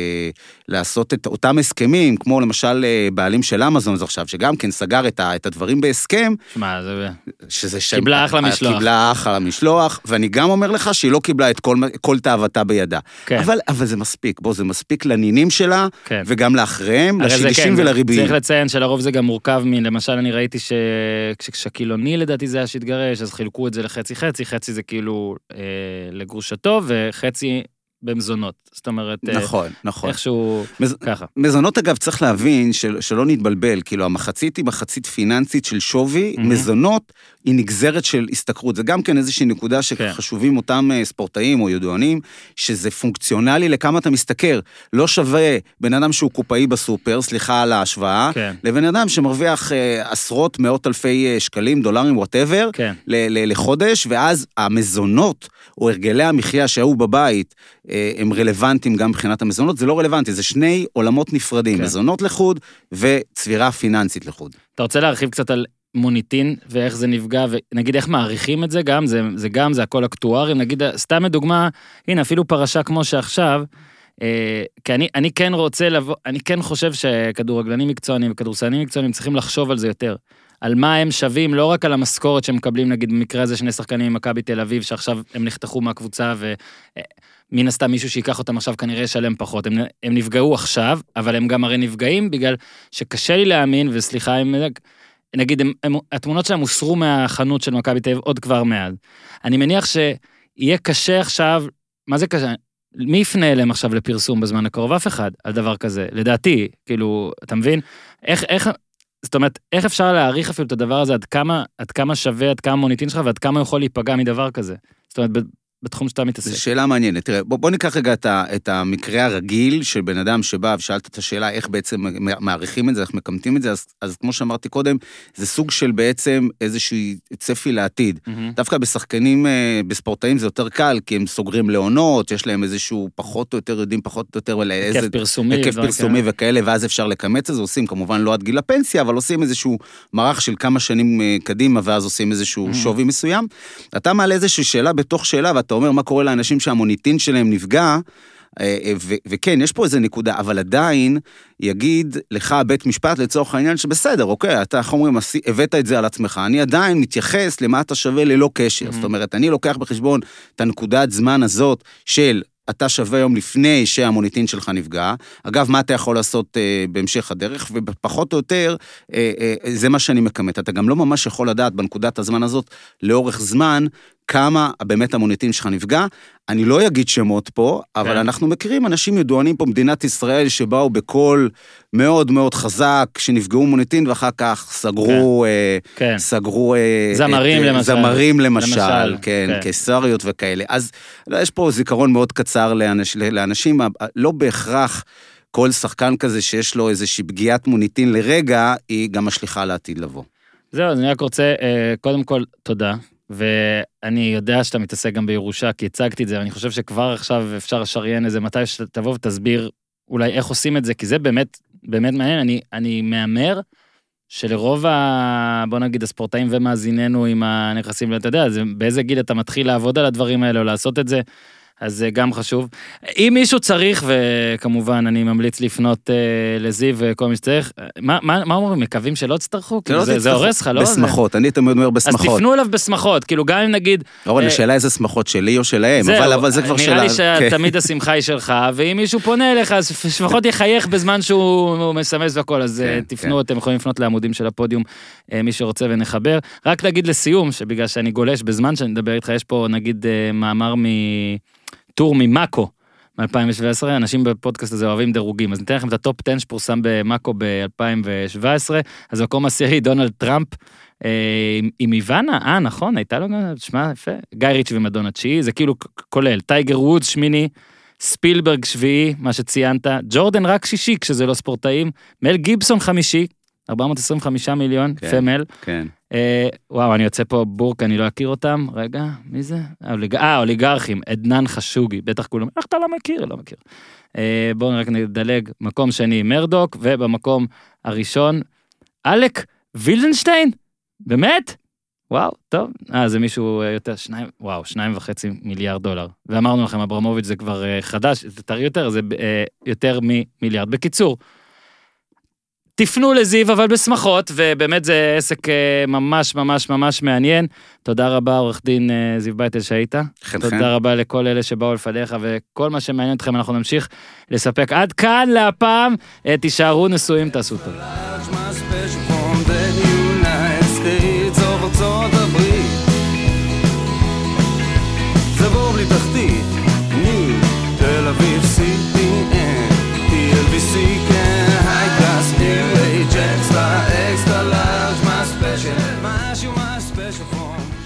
לעשות את אותם הסכמים, כמו למשל בעלים של אמזון, עכשיו, שגם כן סגר את, ה, את הדברים בהסכם. שמה, זה... שזה שם... קיבלה אחלה משלוח. קיבלה אחלה משלוח, ואני גם אומר לך שהיא לא קיבלה את כל, כל תאוותה בידה. כן. אבל, אבל זה מספיק, בוא, זה מספיק לנינים שלה, כן. וגם לאחריהם, לשלישים כן, ולריביים. צריך לציין שלרוב זה גם מורכב מ... למשל, אני ראיתי שכששקילוני לדעתי זה היה שהתגרש, אז חילקו את זה לחצי חצי, חצי זה כאילו אה, לגרושתו, וחצי... במזונות, זאת אומרת, נכון, נכון. איכשהו מז... ככה. מזונות אגב צריך להבין של... שלא נתבלבל, כאילו המחצית היא מחצית פיננסית של שווי, mm-hmm. מזונות היא נגזרת של הסתכרות. זה גם כן איזושהי נקודה שחשובים אותם ספורטאים או ידוענים, שזה פונקציונלי לכמה אתה מסתכר. לא שווה בן אדם שהוא קופאי בסופר, סליחה על ההשוואה, כן. לבן אדם שמרוויח עשרות, מאות אלפי שקלים, דולרים, whatever, כן. לחודש, ואז המזונות או הרגלי המחיה שהיו בבית, הם רלוונטיים גם מבחינת המזונות, זה לא רלוונטי, זה שני עולמות נפרדים, כן. מזונות לחוד וצבירה פיננסית לחוד. אתה רוצה להרחיב קצת על מוניטין ואיך זה נפגע, ונגיד איך מעריכים את זה גם, זה, זה גם, זה הכל אקטוארים, נגיד, סתם לדוגמה, הנה אפילו פרשה כמו שעכשיו, אה, כי אני, אני כן רוצה לבוא, אני כן חושב שכדורגלנים מקצוענים וכדורסלנים מקצוענים צריכים לחשוב על זה יותר. על מה הם שווים, לא רק על המשכורת שהם מקבלים, נגיד במקרה הזה שני שחקנים עם מכבי תל אביב, שעכשיו הם נחתכו מהקבוצה, ומן הסתם מישהו שיקח אותם עכשיו כנראה ישלם פחות. הם, הם נפגעו עכשיו, אבל הם גם הרי נפגעים, בגלל שקשה לי להאמין, וסליחה, הם, נגיד, הם, הם, התמונות שלהם הוסרו מהחנות של מכבי תל אביב עוד כבר מעד. אני מניח שיהיה קשה עכשיו, מה זה קשה? מי יפנה אליהם עכשיו לפרסום בזמן הקרוב? אף אחד, על דבר כזה. לדעתי, כאילו, אתה מבין? איך, איך, זאת אומרת, איך אפשר להעריך אפילו את הדבר הזה, עד כמה, עד כמה שווה, עד כמה מוניטין שלך, ועד כמה יכול להיפגע מדבר כזה? זאת אומרת, בתחום שאתה מתעסק. זו שאלה מעניינת. תראה, בוא, בוא ניקח רגע את, ה, את המקרה הרגיל של בן אדם שבא ושאלת את השאלה איך בעצם מעריכים את זה, איך מקמטים את זה, אז, אז כמו שאמרתי קודם, זה סוג של בעצם איזשהו צפי לעתיד. Mm-hmm. דווקא בשחקנים, בספורטאים זה יותר קל, כי הם סוגרים לעונות, יש להם איזשהו פחות או יותר, יודעים פחות או יותר, היקף איזה, פרסומי, היקף פרסומי וכאלה, ואז אפשר לקמץ את זה, עושים כמובן לא עד גיל הפנסיה, אבל עושים איזשהו מערך של כמה שנים קדימה, ואז עושים איזשהו mm-hmm. שווי מסוים. אתה מעלה איזושהי שאלה בתוך שאלה, ואתה אומר מה קורה לאנשים שהמוניטין שלהם נפגע, ו- וכן, יש פה איזה נקודה, אבל עדיין יגיד לך בית משפט לצורך העניין שבסדר, אוקיי, אתה אומרים, הבאת את זה על עצמך, אני עדיין מתייחס למה אתה שווה ללא קשר, mm-hmm. זאת אומרת, אני לוקח בחשבון את הנקודת זמן הזאת של אתה שווה יום לפני שהמוניטין שלך נפגע, אגב, מה אתה יכול לעשות אה, בהמשך הדרך, ופחות או יותר, אה, אה, זה מה שאני מקמת, אתה גם לא ממש יכול לדעת בנקודת הזמן הזאת, לאורך זמן, כמה באמת המוניטין שלך נפגע, אני לא אגיד שמות פה, אבל אנחנו מכירים אנשים ידוענים פה במדינת ישראל, שבאו בקול מאוד מאוד חזק, שנפגעו מוניטין, ואחר כך סגרו, סגרו, זמרים למשל, זמרים למשל, כן, קיסריות וכאלה. אז יש פה זיכרון מאוד קצר לאנשים, לא בהכרח כל שחקן כזה שיש לו איזושהי פגיעת מוניטין לרגע, היא גם משליחה לעתיד לבוא. זהו, אז אני רק רוצה, קודם כל, תודה. ואני יודע שאתה מתעסק גם בירושה, כי הצגתי את זה, ואני חושב שכבר עכשיו אפשר לשריין איזה מתי שתבוא ותסביר אולי איך עושים את זה, כי זה באמת, באמת מעניין, אני, אני מאמר שלרוב ה... בוא נגיד, הספורטאים ומאזיננו עם הנכסים, אתה יודע, זה, באיזה גיל אתה מתחיל לעבוד על הדברים האלה, או לעשות את זה, אז זה גם חשוב. אם מישהו צריך, וכמובן אני ממליץ לפנות אה, לזיו וכל מי שצריך, מה, מה, מה אומרים? מקווים שלא תצטרכו? כאילו, זה, זה הורס לך, לא? בשמחות, אני תמיד אומר בשמחות. אז תפנו אליו בשמחות, כאילו גם אם נגיד... אורן, השאלה איזה שמחות שלי או שלהם, אבל, אבל זה כבר שאלה... נראה לי שתמיד השמחה היא שלך, ואם מישהו פונה אליך, אז לפחות יחייך בזמן שהוא מסמס והכל, אז תפנו, אתם יכולים לפנות לעמודים של הפודיום, מי שרוצה ונחבר. רק להגיד לסיום, שבגלל שאני גולש בזמן שאני מדבר איתך, יש פה נגיד מאמר מ... טור ממאקו, מ-אלפיים שבע עשרה, אנשים בפודקאסט הזה אוהבים דירוגים, אז ניתן לכם את הטופ עשר שפורסם במאקו ב-אלפיים שבע עשרה, אז מקום עשירי, דונלד טראמפ, אה, עם איוונה, אה, נכון, הייתה לו, שמה, יפה, גיא ריצ'י ומדונה תשיעי, זה כאילו כולל, טייגר וודס שמיני, ספילברג שביעי, מה שציינת, ג'ורדן רק שישי, כשזה לא ספורטאים, מל גיבסון חמישי, ארבע מאות עשרים וחמישה מיליון, כן, פמל. כן. אה, וואו, אני יוצא פה בורק, אני לא אכיר אותם. רגע, מי זה? אה, אוליגרכים, עדנן חשוגי, בטח כולם, איך אתה לא מכיר? לא מכיר. אה, בואו רק נדלג, מקום שני, מרדוק, ובמקום הראשון, אלק וילדנשטיין, באמת? וואו, טוב. אה, זה מישהו יותר, שניים, וואו, שניים וחצי מיליארד דולר. ואמרנו לכם, אברמוביץ' זה כבר אה, חדש, זה טרי יותר, זה אה, יותר ממיליארד. בקיצור, תפנו לזיו, אבל בשמחות, ובאמת זה עסק ממש ממש ממש מעניין. תודה רבה, עורך דין זיו בייטל שהיית. תודה רבה לכל אלה שבאו לפניך, וכל מה שמעניין אתכם אנחנו נמשיך לספק. עד כאן להפעם, תישארו נשואים, תעשו טוב. Extra, extra large, my special, my special. special form.